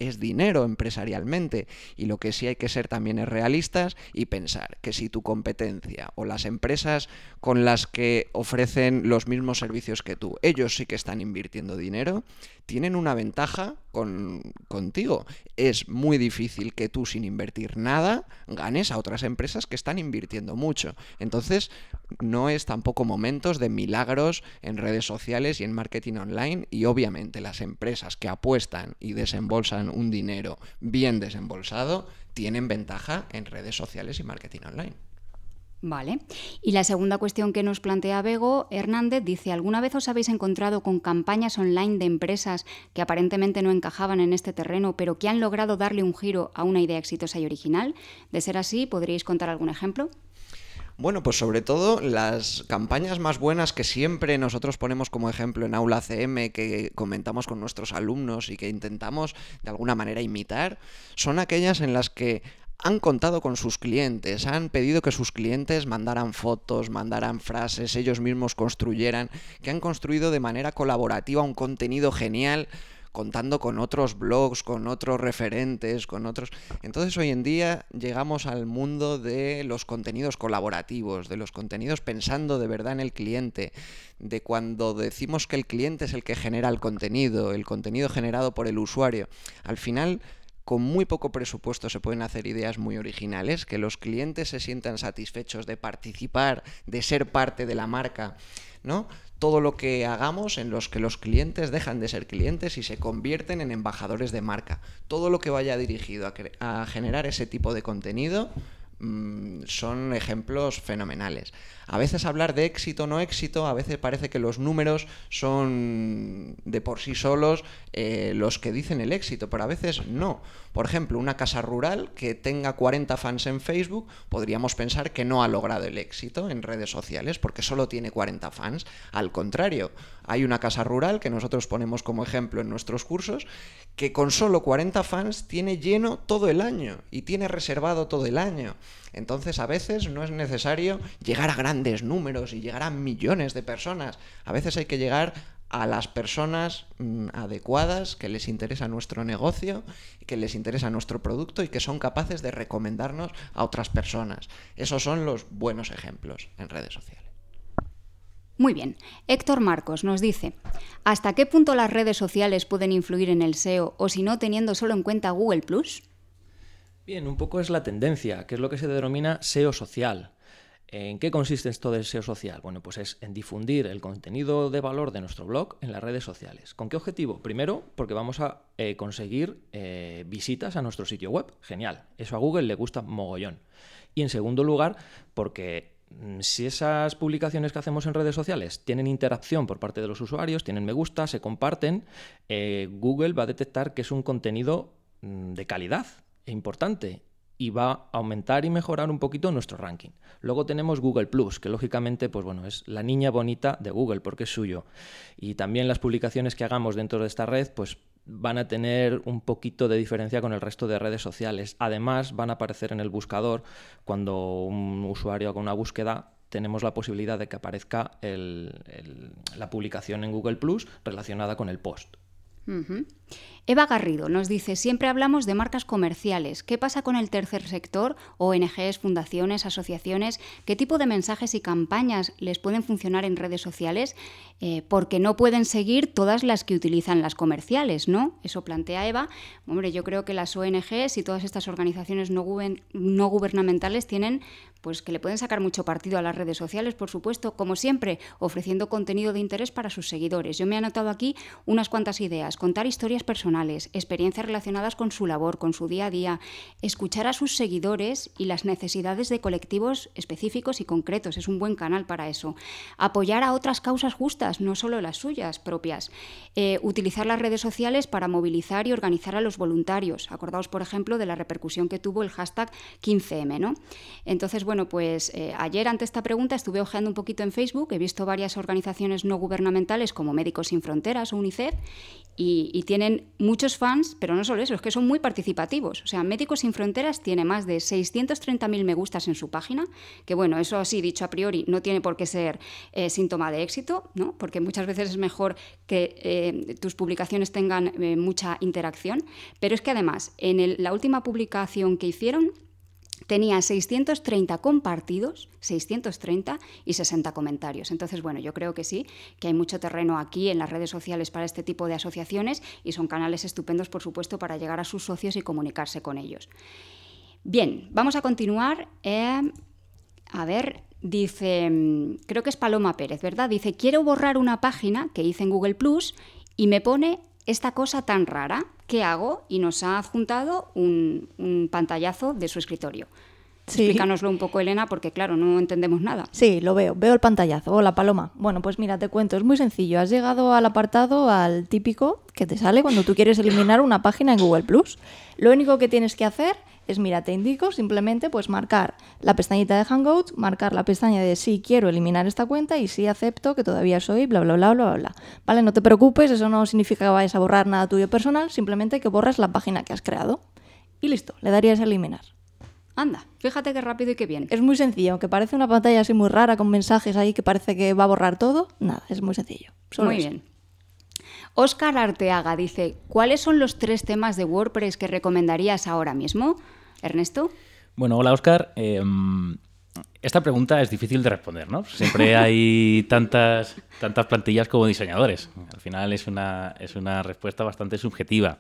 es dinero empresarialmente, y lo que sí hay que ser también es realistas y pensar que si tu competencia o las empresas con las que ofrecen los mismos servicios que tú, ellos sí que están invirtiendo dinero, tienen una ventaja con, contigo. Es muy difícil que tú, sin invertir nada, ganes a otras empresas que están invirtiendo mucho. Entonces, no es tampoco momentos de milagros en redes sociales y en marketing online, y obviamente las empresas que apuestan y desembolsan un dinero bien desembolsado tienen ventaja en redes sociales y marketing online. Vale. Y la segunda cuestión que nos plantea Bego Hernández dice: ¿alguna vez os habéis encontrado con campañas online de empresas que aparentemente no encajaban en este terreno, pero que han logrado darle un giro a una idea exitosa y original? De ser así, ¿podríais contar algún ejemplo? Bueno, pues sobre todo las campañas más buenas que siempre nosotros ponemos como ejemplo en Aula C M, que comentamos con nuestros alumnos y que intentamos de alguna manera imitar, son aquellas en las que han contado con sus clientes, han pedido que sus clientes mandaran fotos, mandaran frases, ellos mismos construyeran, que han construido de manera colaborativa un contenido genial, contando con otros blogs, con otros referentes, con otros... Entonces hoy en día llegamos al mundo de los contenidos colaborativos, de los contenidos pensando de verdad en el cliente, de cuando decimos que el cliente es el que genera el contenido, el contenido generado por el usuario. Al final, con muy poco presupuesto se pueden hacer ideas muy originales, que los clientes se sientan satisfechos de participar, de ser parte de la marca, ¿no? Todo lo que hagamos en los que los clientes dejan de ser clientes y se convierten en embajadores de marca. Todo lo que vaya dirigido a, cre- a generar ese tipo de contenido mmm, son ejemplos fenomenales. A veces hablar de éxito o no éxito, a veces parece que los números son de por sí solos eh, los que dicen el éxito, pero a veces no. Por ejemplo, una casa rural que tenga cuarenta fans en Facebook, podríamos pensar que no ha logrado el éxito en redes sociales porque solo tiene cuarenta fans. Al contrario, hay una casa rural que nosotros ponemos como ejemplo en nuestros cursos, que con solo cuarenta fans tiene lleno todo el año y tiene reservado todo el año. Entonces, a veces no es necesario llegar a grandes números y llegar a millones de personas. A veces hay que llegar a las personas mmm, adecuadas, que les interesa nuestro negocio, que les interesa nuestro producto y que son capaces de recomendarnos a otras personas. Esos son los buenos ejemplos en redes sociales. Muy bien. Héctor Marcos nos dice: ¿hasta qué punto las redes sociales pueden influir en el S E O, o si no, teniendo solo en cuenta Google plus? Bien, un poco es la tendencia, que es lo que se denomina S E O social. ¿En qué consiste esto del S E O social? Bueno, pues es en difundir el contenido de valor de nuestro blog en las redes sociales. ¿Con qué objetivo? Primero, porque vamos a eh, conseguir eh, visitas a nuestro sitio web. Genial. Eso a Google le gusta mogollón. Y en segundo lugar, porque si esas publicaciones que hacemos en redes sociales tienen interacción por parte de los usuarios, tienen me gusta, se comparten, eh, Google va a detectar que es un contenido mm, de calidad e importante, y va a aumentar y mejorar un poquito nuestro ranking. Luego tenemos Google plus, que lógicamente pues bueno, es la niña bonita de Google porque es suyo. Y también las publicaciones que hagamos dentro de esta red pues van a tener un poquito de diferencia con el resto de redes sociales. Además, van a aparecer en el buscador cuando un usuario haga una búsqueda. Tenemos la posibilidad de que aparezca el, el, la publicación en Google plus relacionada con el post. Uh-huh. Eva Garrido nos dice: siempre hablamos de marcas comerciales. ¿Qué pasa con el tercer sector, O N Ges, fundaciones, asociaciones? ¿Qué tipo de mensajes y campañas les pueden funcionar en redes sociales? Eh, porque no pueden seguir todas las que utilizan las comerciales, ¿no? Eso plantea Eva. Hombre, yo creo que las O N Ges y todas estas organizaciones no, guber- no gubernamentales tienen, pues que le pueden sacar mucho partido a las redes sociales, por supuesto, como siempre, ofreciendo contenido de interés para sus seguidores. Yo me he anotado aquí unas cuantas ideas: contar historias personales, experiencias relacionadas con su labor, con su día a día, escuchar a sus seguidores y las necesidades de colectivos específicos y concretos, es un buen canal para eso. Apoyar a otras causas justas, no solo las suyas propias. Eh, utilizar las redes sociales para movilizar y organizar a los voluntarios. Acordaos, por ejemplo, de la repercusión que tuvo el hashtag quince eme, ¿no? Entonces, bueno, pues eh, ayer ante esta pregunta estuve hojeando un poquito en Facebook, he visto varias organizaciones no gubernamentales como Médicos Sin Fronteras o UNICEF y, y tienen muchos fans, pero no solo eso, es que son muy participativos. O sea, Médicos Sin Fronteras tiene más de seiscientos treinta mil me gustas en su página, que bueno, eso así dicho a priori no tiene por qué ser eh, síntoma de éxito, ¿no? Porque muchas veces es mejor que eh, tus publicaciones tengan eh, mucha interacción, pero es que además en el, la última publicación que hicieron tenía seiscientos treinta compartidos, seiscientos treinta y sesenta comentarios. Entonces, bueno, yo creo que sí, que hay mucho terreno aquí en las redes sociales para este tipo de asociaciones y son canales estupendos, por supuesto, para llegar a sus socios y comunicarse con ellos. Bien, vamos a continuar. Eh, a ver, dice, creo que es Paloma Pérez, ¿verdad? Dice, quiero borrar una página que hice en Google Plus y me pone esta cosa tan rara. ¿Qué hago? Y nos ha adjuntado un, un pantallazo de su escritorio. Sí. Explícanoslo un poco, Elena, porque claro, no entendemos nada. Sí, lo veo, veo el pantallazo. Hola, Paloma. Bueno, pues mira, te cuento, es muy sencillo. Has llegado al apartado, al típico que te sale cuando tú quieres eliminar una página en Google Plus. Lo único que tienes que hacer es, mira, te indico, simplemente pues marcar la pestañita de Hangouts, marcar la pestaña de sí quiero eliminar esta cuenta y sí acepto que todavía soy bla, bla, bla, bla, bla. Vale, no te preocupes, eso no significa que vayas a borrar nada tuyo personal, simplemente que borras la página que has creado. Y listo, le darías a eliminar. Anda, fíjate qué rápido y qué bien. Es muy sencillo, aunque parece una pantalla así muy rara con mensajes ahí que parece que va a borrar todo, nada, es muy sencillo. Solo muy eso. bien. Óscar Arteaga dice, ¿cuáles son los tres temas de WordPress que recomendarías ahora mismo? Ernesto. Bueno, hola Óscar. Eh, esta pregunta es difícil de responder, ¿no? Siempre hay tantas, tantas plantillas como diseñadores. Al final es una, es una respuesta bastante subjetiva.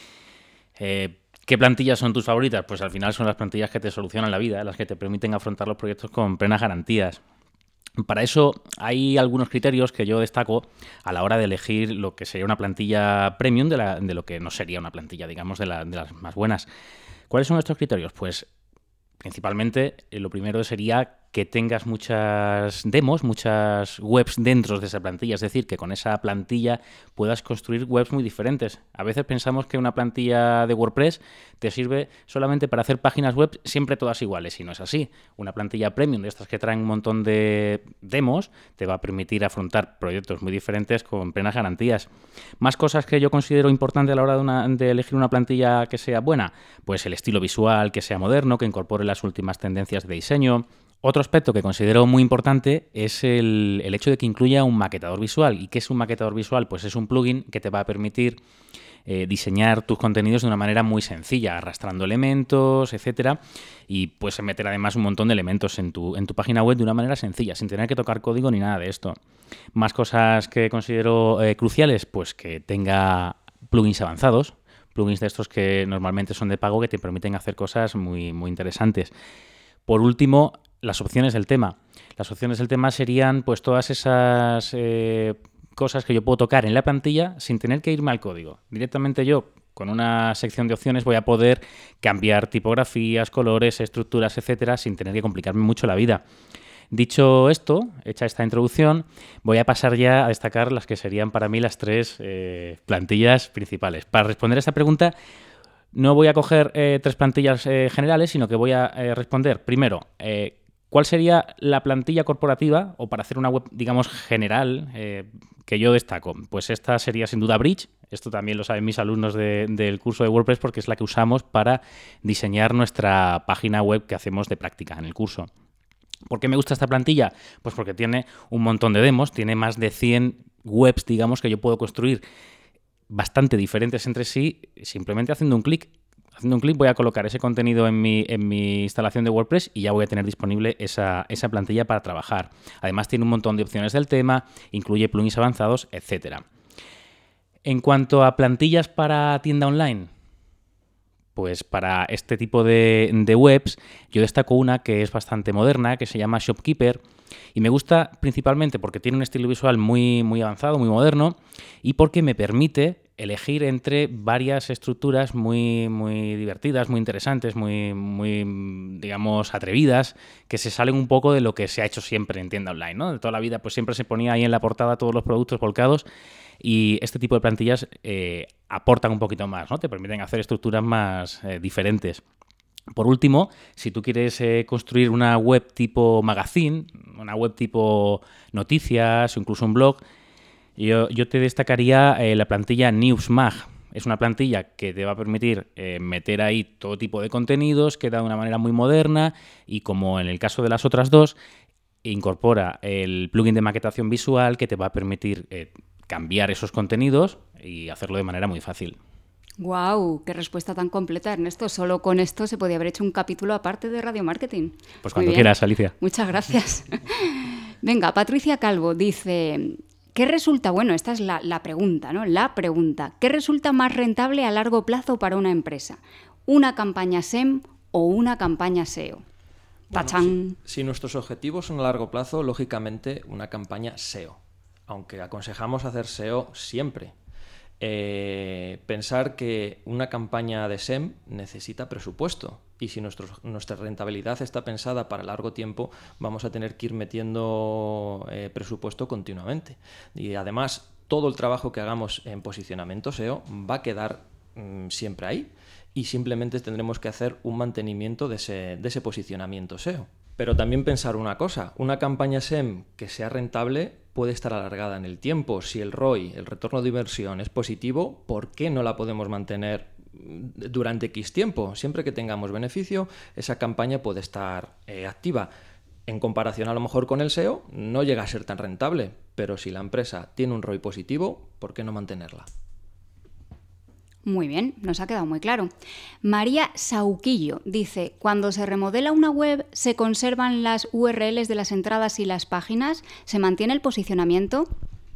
Eh, ¿Qué plantillas son tus favoritas? Pues al final son las plantillas que te solucionan la vida, las que te permiten afrontar los proyectos con plenas garantías. Para eso hay algunos criterios que yo destaco a la hora de elegir lo que sería una plantilla premium de, la, de lo que no sería una plantilla, digamos, de, la, de las más buenas. ¿Cuáles son estos criterios? Pues principalmente eh, lo primero sería que tengas muchas demos, muchas webs dentro de esa plantilla, es decir, que con esa plantilla puedas construir webs muy diferentes. A veces pensamos que una plantilla de WordPress te sirve solamente para hacer páginas web siempre todas iguales, y no es así. Una plantilla premium de estas que traen un montón de demos te va a permitir afrontar proyectos muy diferentes con plenas garantías. Más cosas que yo considero importantes a la hora de, una, de elegir una plantilla que sea buena, pues el estilo visual, que sea moderno, que incorpore las últimas tendencias de diseño. Otro aspecto que considero muy importante es el, el hecho de que incluya un maquetador visual. ¿Y qué es un maquetador visual? Pues es un plugin que te va a permitir eh, diseñar tus contenidos de una manera muy sencilla, arrastrando elementos, etcétera, y puedes meter además un montón de elementos en tu, en tu página web de una manera sencilla, sin tener que tocar código ni nada de esto. Más cosas que considero eh, cruciales, pues que tenga plugins avanzados, plugins de estos que normalmente son de pago, que te permiten hacer cosas muy, muy interesantes. Por último, las opciones del tema. Las opciones del tema serían pues todas esas eh, cosas que yo puedo tocar en la plantilla sin tener que irme al código. Directamente yo, con una sección de opciones, voy a poder cambiar tipografías, colores, estructuras, etcétera, sin tener que complicarme mucho la vida. Dicho esto, hecha esta introducción, voy a pasar ya a destacar las que serían para mí las tres eh, plantillas principales. Para responder a esta pregunta, no voy a coger eh, tres plantillas eh, generales, sino que voy a eh, responder primero, eh, ¿cuál sería la plantilla corporativa o para hacer una web, digamos, general eh, que yo destaco? Pues esta sería sin duda Bridge. Esto también lo saben mis alumnos de, del curso de WordPress porque es la que usamos para diseñar nuestra página web que hacemos de práctica en el curso. ¿Por qué me gusta esta plantilla? Pues porque tiene un montón de demos, tiene más de cien webs, digamos, que yo puedo construir bastante diferentes entre sí simplemente haciendo un clic. Haciendo un clic voy a colocar ese contenido en mi, en mi instalación de WordPress y ya voy a tener disponible esa, esa plantilla para trabajar. Además tiene un montón de opciones del tema, incluye plugins avanzados, etcétera. En cuanto a plantillas para tienda online, pues para este tipo de, de webs yo destaco una que es bastante moderna, que se llama Shopkeeper, y me gusta principalmente porque tiene un estilo visual muy, muy avanzado, muy moderno, y porque me permite elegir entre varias estructuras muy, muy divertidas, muy interesantes, muy, muy, digamos, atrevidas, que se salen un poco de lo que se ha hecho siempre en tienda online, ¿no? De toda la vida pues siempre se ponía ahí en la portada todos los productos volcados, y este tipo de plantillas eh, aportan un poquito más, ¿no? Te permiten hacer estructuras más eh, diferentes. Por último, si tú quieres eh, construir una web tipo magazine, una web tipo noticias o incluso un blog, yo, yo te destacaría eh, la plantilla Newsmag. Es una plantilla que te va a permitir eh, meter ahí todo tipo de contenidos, queda de una manera muy moderna y, como en el caso de las otras dos, incorpora el plugin de maquetación visual que te va a permitir eh, cambiar esos contenidos y hacerlo de manera muy fácil. ¡Guau! ¡Qué respuesta tan completa, Ernesto! Solo con esto se podía haber hecho un capítulo aparte de Radio Marketing. Pues cuando quieras, Alicia. Muchas gracias. Venga, Patricia Calvo dice... ¿Qué resulta? Bueno, esta es la, la pregunta, ¿no? La pregunta. ¿Qué resulta más rentable a largo plazo para una empresa? ¿Una campaña S E M o una campaña S E O? ¡Tachán! Bueno, si, si nuestros objetivos son a largo plazo, lógicamente una campaña S E O. Aunque aconsejamos hacer S E O siempre. Eh, pensar que una campaña de S E M necesita presupuesto y si nuestro, nuestra rentabilidad está pensada para largo tiempo, vamos a tener que ir metiendo eh, presupuesto continuamente. Y además, todo el trabajo que hagamos en posicionamiento S E O va a quedar mmm, siempre ahí y simplemente tendremos que hacer un mantenimiento de ese, de ese posicionamiento S E O. Pero también pensar una cosa, una campaña S E M que sea rentable puede estar alargada en el tiempo. Si el R O I, el retorno de inversión, es positivo, ¿por qué no la podemos mantener durante X tiempo? Siempre que tengamos beneficio, esa campaña puede estar eh, activa. En comparación a lo mejor con el S E O, no llega a ser tan rentable, pero si la empresa tiene un R O I positivo, ¿por qué no mantenerla? Muy bien, nos ha quedado muy claro. María Sauquillo dice, cuando se remodela una web, ¿se conservan las U R Ls de las entradas y las páginas? ¿Se mantiene el posicionamiento?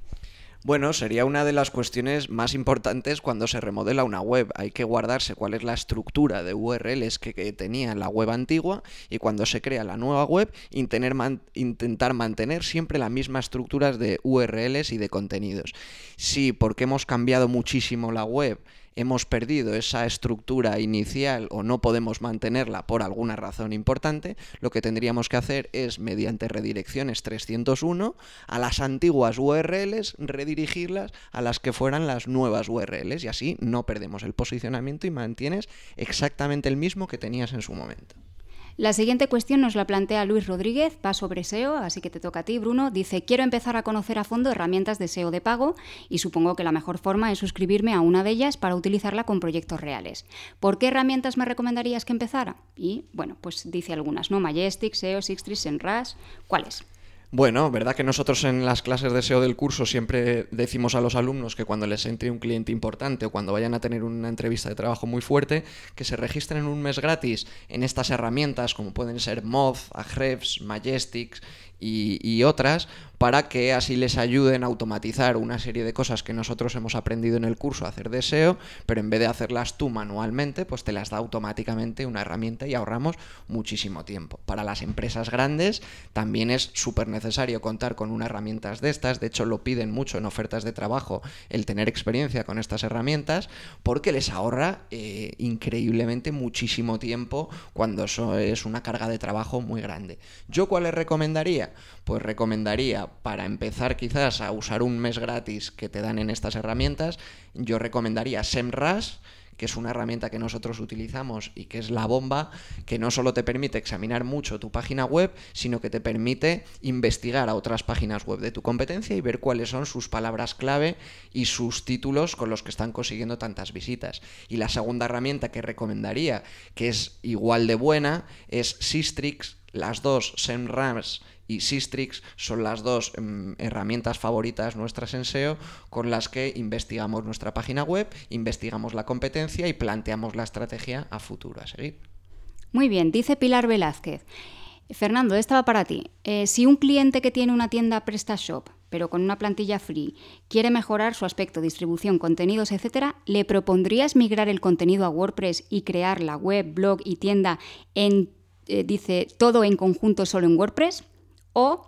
Bueno, sería una de las cuestiones más importantes cuando se remodela una web. Hay que guardarse cuál es la estructura de U R Ls que, que tenía la web antigua y cuando se crea la nueva web, intener, man, intentar mantener siempre las mismas estructuras de U R Ls y de contenidos. Sí, porque hemos cambiado muchísimo la web, hemos perdido esa estructura inicial o no podemos mantenerla por alguna razón importante, lo que tendríamos que hacer es, mediante redirecciones trescientos uno, a las antiguas U R Ls, redirigirlas a las que fueran las nuevas U R Ls y así no perdemos el posicionamiento y mantienes exactamente el mismo que tenías en su momento. La siguiente cuestión nos la plantea Luis Rodríguez, va sobre S E O, así que te toca a ti, Bruno. Dice, quiero empezar a conocer a fondo herramientas de S E O de pago y supongo que la mejor forma es suscribirme a una de ellas para utilizarla con proyectos reales. ¿Por qué herramientas me recomendarías que empezara? Y, bueno, pues dice algunas, ¿no? Majestic, S E O, Sixtree, SEMrush, ¿cuáles? Bueno, verdad que nosotros en las clases de S E O del curso siempre decimos a los alumnos que cuando les entre un cliente importante o cuando vayan a tener una entrevista de trabajo muy fuerte, que se registren un mes gratis en estas herramientas como pueden ser Moz, Ahrefs, Majestic y, y otras, para que así les ayuden a automatizar una serie de cosas que nosotros hemos aprendido en el curso a hacer de S E O, pero en vez de hacerlas tú manualmente, pues te las da automáticamente una herramienta y ahorramos muchísimo tiempo. Para las empresas grandes también es súper necesario contar con unas herramientas de estas, de hecho lo piden mucho en ofertas de trabajo el tener experiencia con estas herramientas, porque les ahorra eh, increíblemente muchísimo tiempo cuando eso es una carga de trabajo muy grande. ¿Yo cuál les recomendaría? Pues recomendaría, para empezar quizás a usar un mes gratis que te dan en estas herramientas, yo recomendaría SEMrush, que es una herramienta que nosotros utilizamos y que es la bomba, que no solo te permite examinar mucho tu página web, sino que te permite investigar a otras páginas web de tu competencia y ver cuáles son sus palabras clave y sus títulos con los que están consiguiendo tantas visitas. Y la segunda herramienta que recomendaría, que es igual de buena, es Sistrix. Las dos, SEMrush y Sistrix, son las dos um, herramientas favoritas nuestras en S E O con las que investigamos nuestra página web, investigamos la competencia y planteamos la estrategia a futuro a seguir. Muy bien, dice Pilar Velázquez. Fernando, esta va para ti. Eh, si un cliente que tiene una tienda PrestaShop, pero con una plantilla free, quiere mejorar su aspecto, distribución, contenidos, etcétera, ¿le propondrías migrar el contenido a WordPress y crear la web, blog y tienda en Eh, dice, todo en conjunto solo en WordPress? ¿O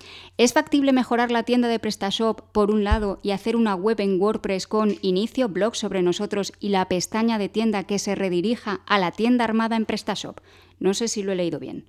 es factible mejorar la tienda de PrestaShop por un lado y hacer una web en WordPress con inicio, blog sobre nosotros y la pestaña de tienda que se redirija a la tienda armada en PrestaShop? No sé si lo he leído bien.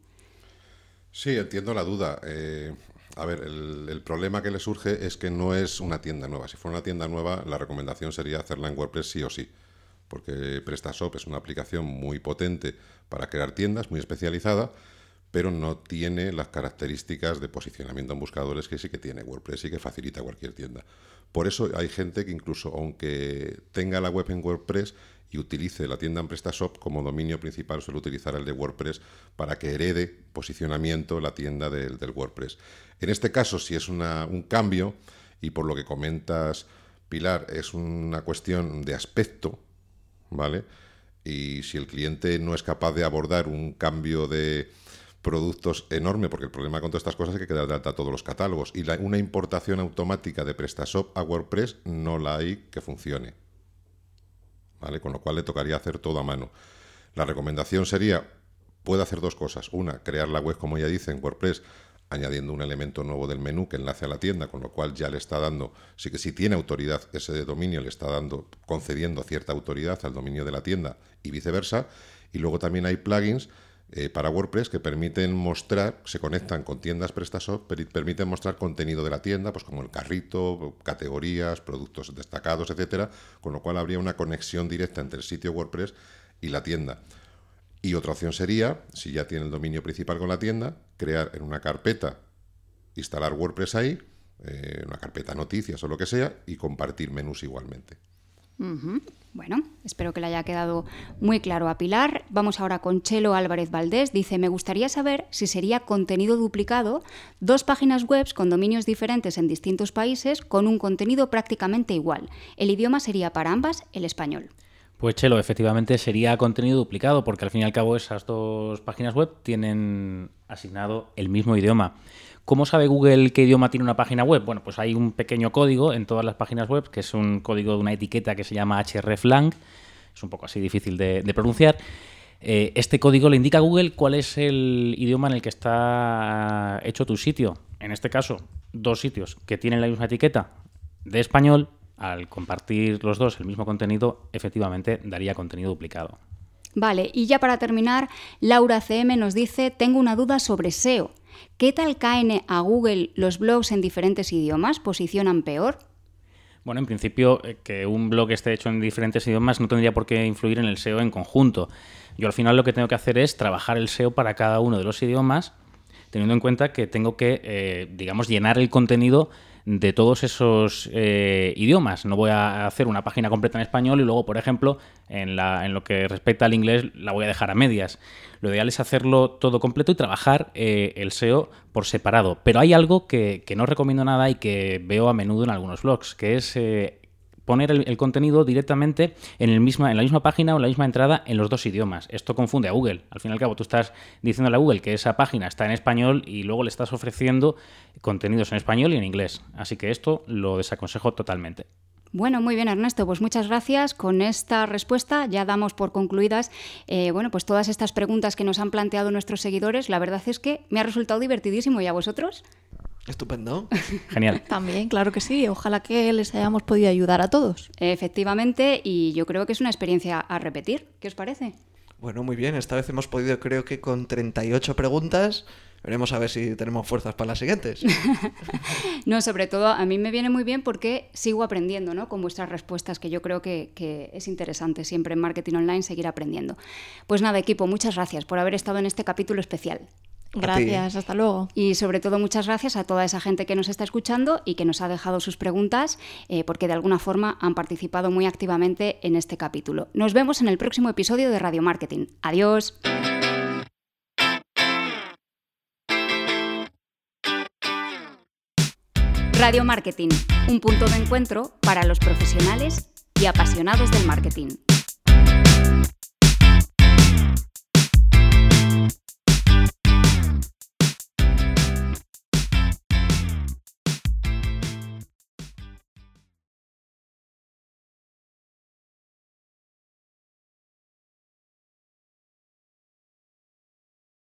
Sí, entiendo la duda. Eh, a ver, el, el problema que le surge es que no es una tienda nueva. Si fuera una tienda nueva, la recomendación sería hacerla en WordPress sí o sí, porque PrestaShop es una aplicación muy potente para crear tiendas, muy especializada, pero no tiene las características de posicionamiento en buscadores que sí que tiene WordPress y que facilita cualquier tienda. Por eso hay gente que incluso, aunque tenga la web en WordPress y utilice la tienda en PrestaShop, como dominio principal suele utilizar el de WordPress para que herede posicionamiento la tienda del, del WordPress. En este caso, si es una, un cambio, y por lo que comentas, Pilar, es una cuestión de aspecto, ¿vale? Y si el cliente no es capaz de abordar un cambio de productos enorme, porque el problema con todas estas cosas es que hay que dar de alta todos los catálogos, y la, una importación automática de PrestaShop a WordPress no la hay que funcione, ¿vale? Con lo cual le tocaría hacer todo a mano. La recomendación sería, puede hacer dos cosas. Una, crear la web, como ya dice, en WordPress, añadiendo un elemento nuevo del menú que enlace a la tienda, con lo cual ya le está dando, sí que si tiene autoridad ese dominio, le está dando, concediendo cierta autoridad al dominio de la tienda y viceversa. Y luego también hay plugins eh, para WordPress que permiten mostrar, se conectan con tiendas PrestaShop, per, permiten mostrar contenido de la tienda, pues como el carrito, categorías, productos destacados, etcétera, con lo cual habría una conexión directa entre el sitio WordPress y la tienda. Y otra opción sería, si ya tiene el dominio principal con la tienda, crear en una carpeta, instalar WordPress ahí, eh, una carpeta noticias o lo que sea, y compartir menús igualmente. Uh-huh. Bueno, espero que le haya quedado muy claro a Pilar. Vamos ahora con Chelo Álvarez Valdés. Dice, me gustaría saber si sería contenido duplicado dos páginas web con dominios diferentes en distintos países con un contenido prácticamente igual. El idioma sería para ambas el español. Pues Chelo, efectivamente sería contenido duplicado porque al fin y al cabo esas dos páginas web tienen asignado el mismo idioma. ¿Cómo sabe Google qué idioma tiene una página web? Bueno, pues hay un pequeño código en todas las páginas web que es un código de una etiqueta que se llama hreflang. Es un poco así difícil de, de pronunciar. Eh, este código le indica a Google cuál es el idioma en el que está hecho tu sitio. En este caso, dos sitios que tienen la misma etiqueta de español. Al compartir los dos el mismo contenido, efectivamente daría contenido duplicado. Vale, y ya para terminar, Laura C M nos dice, tengo una duda sobre S E O. ¿Qué tal caen a Google los blogs en diferentes idiomas? ¿Posicionan peor? Bueno, en principio, que un blog esté hecho en diferentes idiomas no tendría por qué influir en el S E O en conjunto. Yo al final lo que tengo que hacer es trabajar el S E O para cada uno de los idiomas, teniendo en cuenta que tengo que, eh, digamos, llenar el contenido de todos esos eh, idiomas. No voy a hacer una página completa en español y luego, por ejemplo, en, la, en lo que respecta al inglés, la voy a dejar a medias. Lo ideal es hacerlo todo completo y trabajar eh, el S E O por separado. Pero hay algo que, que no recomiendo nada y que veo a menudo en algunos blogs, que es eh, poner el, el contenido directamente en, el misma, en la misma página o en la misma entrada en los dos idiomas. Esto confunde a Google. Al fin y al cabo, tú estás diciéndole a Google que esa página está en español y luego le estás ofreciendo contenidos en español y en inglés. Así que esto lo desaconsejo totalmente. Bueno, muy bien, Ernesto, pues muchas gracias. Con esta respuesta ya damos por concluidas eh, bueno, pues todas estas preguntas que nos han planteado nuestros seguidores. La verdad es que me ha resultado divertidísimo. ¿Y a vosotros? Estupendo. Genial. También, claro que sí. Ojalá que les hayamos podido ayudar a todos. Efectivamente, y yo creo que es una experiencia a repetir. ¿Qué os parece? Bueno, muy bien. Esta vez hemos podido, creo que con treinta y ocho preguntas. Veremos a ver si tenemos fuerzas para las siguientes. No, sobre todo a mí me viene muy bien porque sigo aprendiendo, ¿no? Con vuestras respuestas, que yo creo que, que es interesante siempre en Marketing Online seguir aprendiendo. Pues nada, equipo, muchas gracias por haber estado en este capítulo especial. Gracias, hasta luego. Y sobre todo muchas gracias a toda esa gente que nos está escuchando y que nos ha dejado sus preguntas eh, porque de alguna forma han participado muy activamente en este capítulo. Nos vemos en el próximo episodio de Radio Marketing. Adiós. Radio Marketing, un punto de encuentro para los profesionales y apasionados del marketing.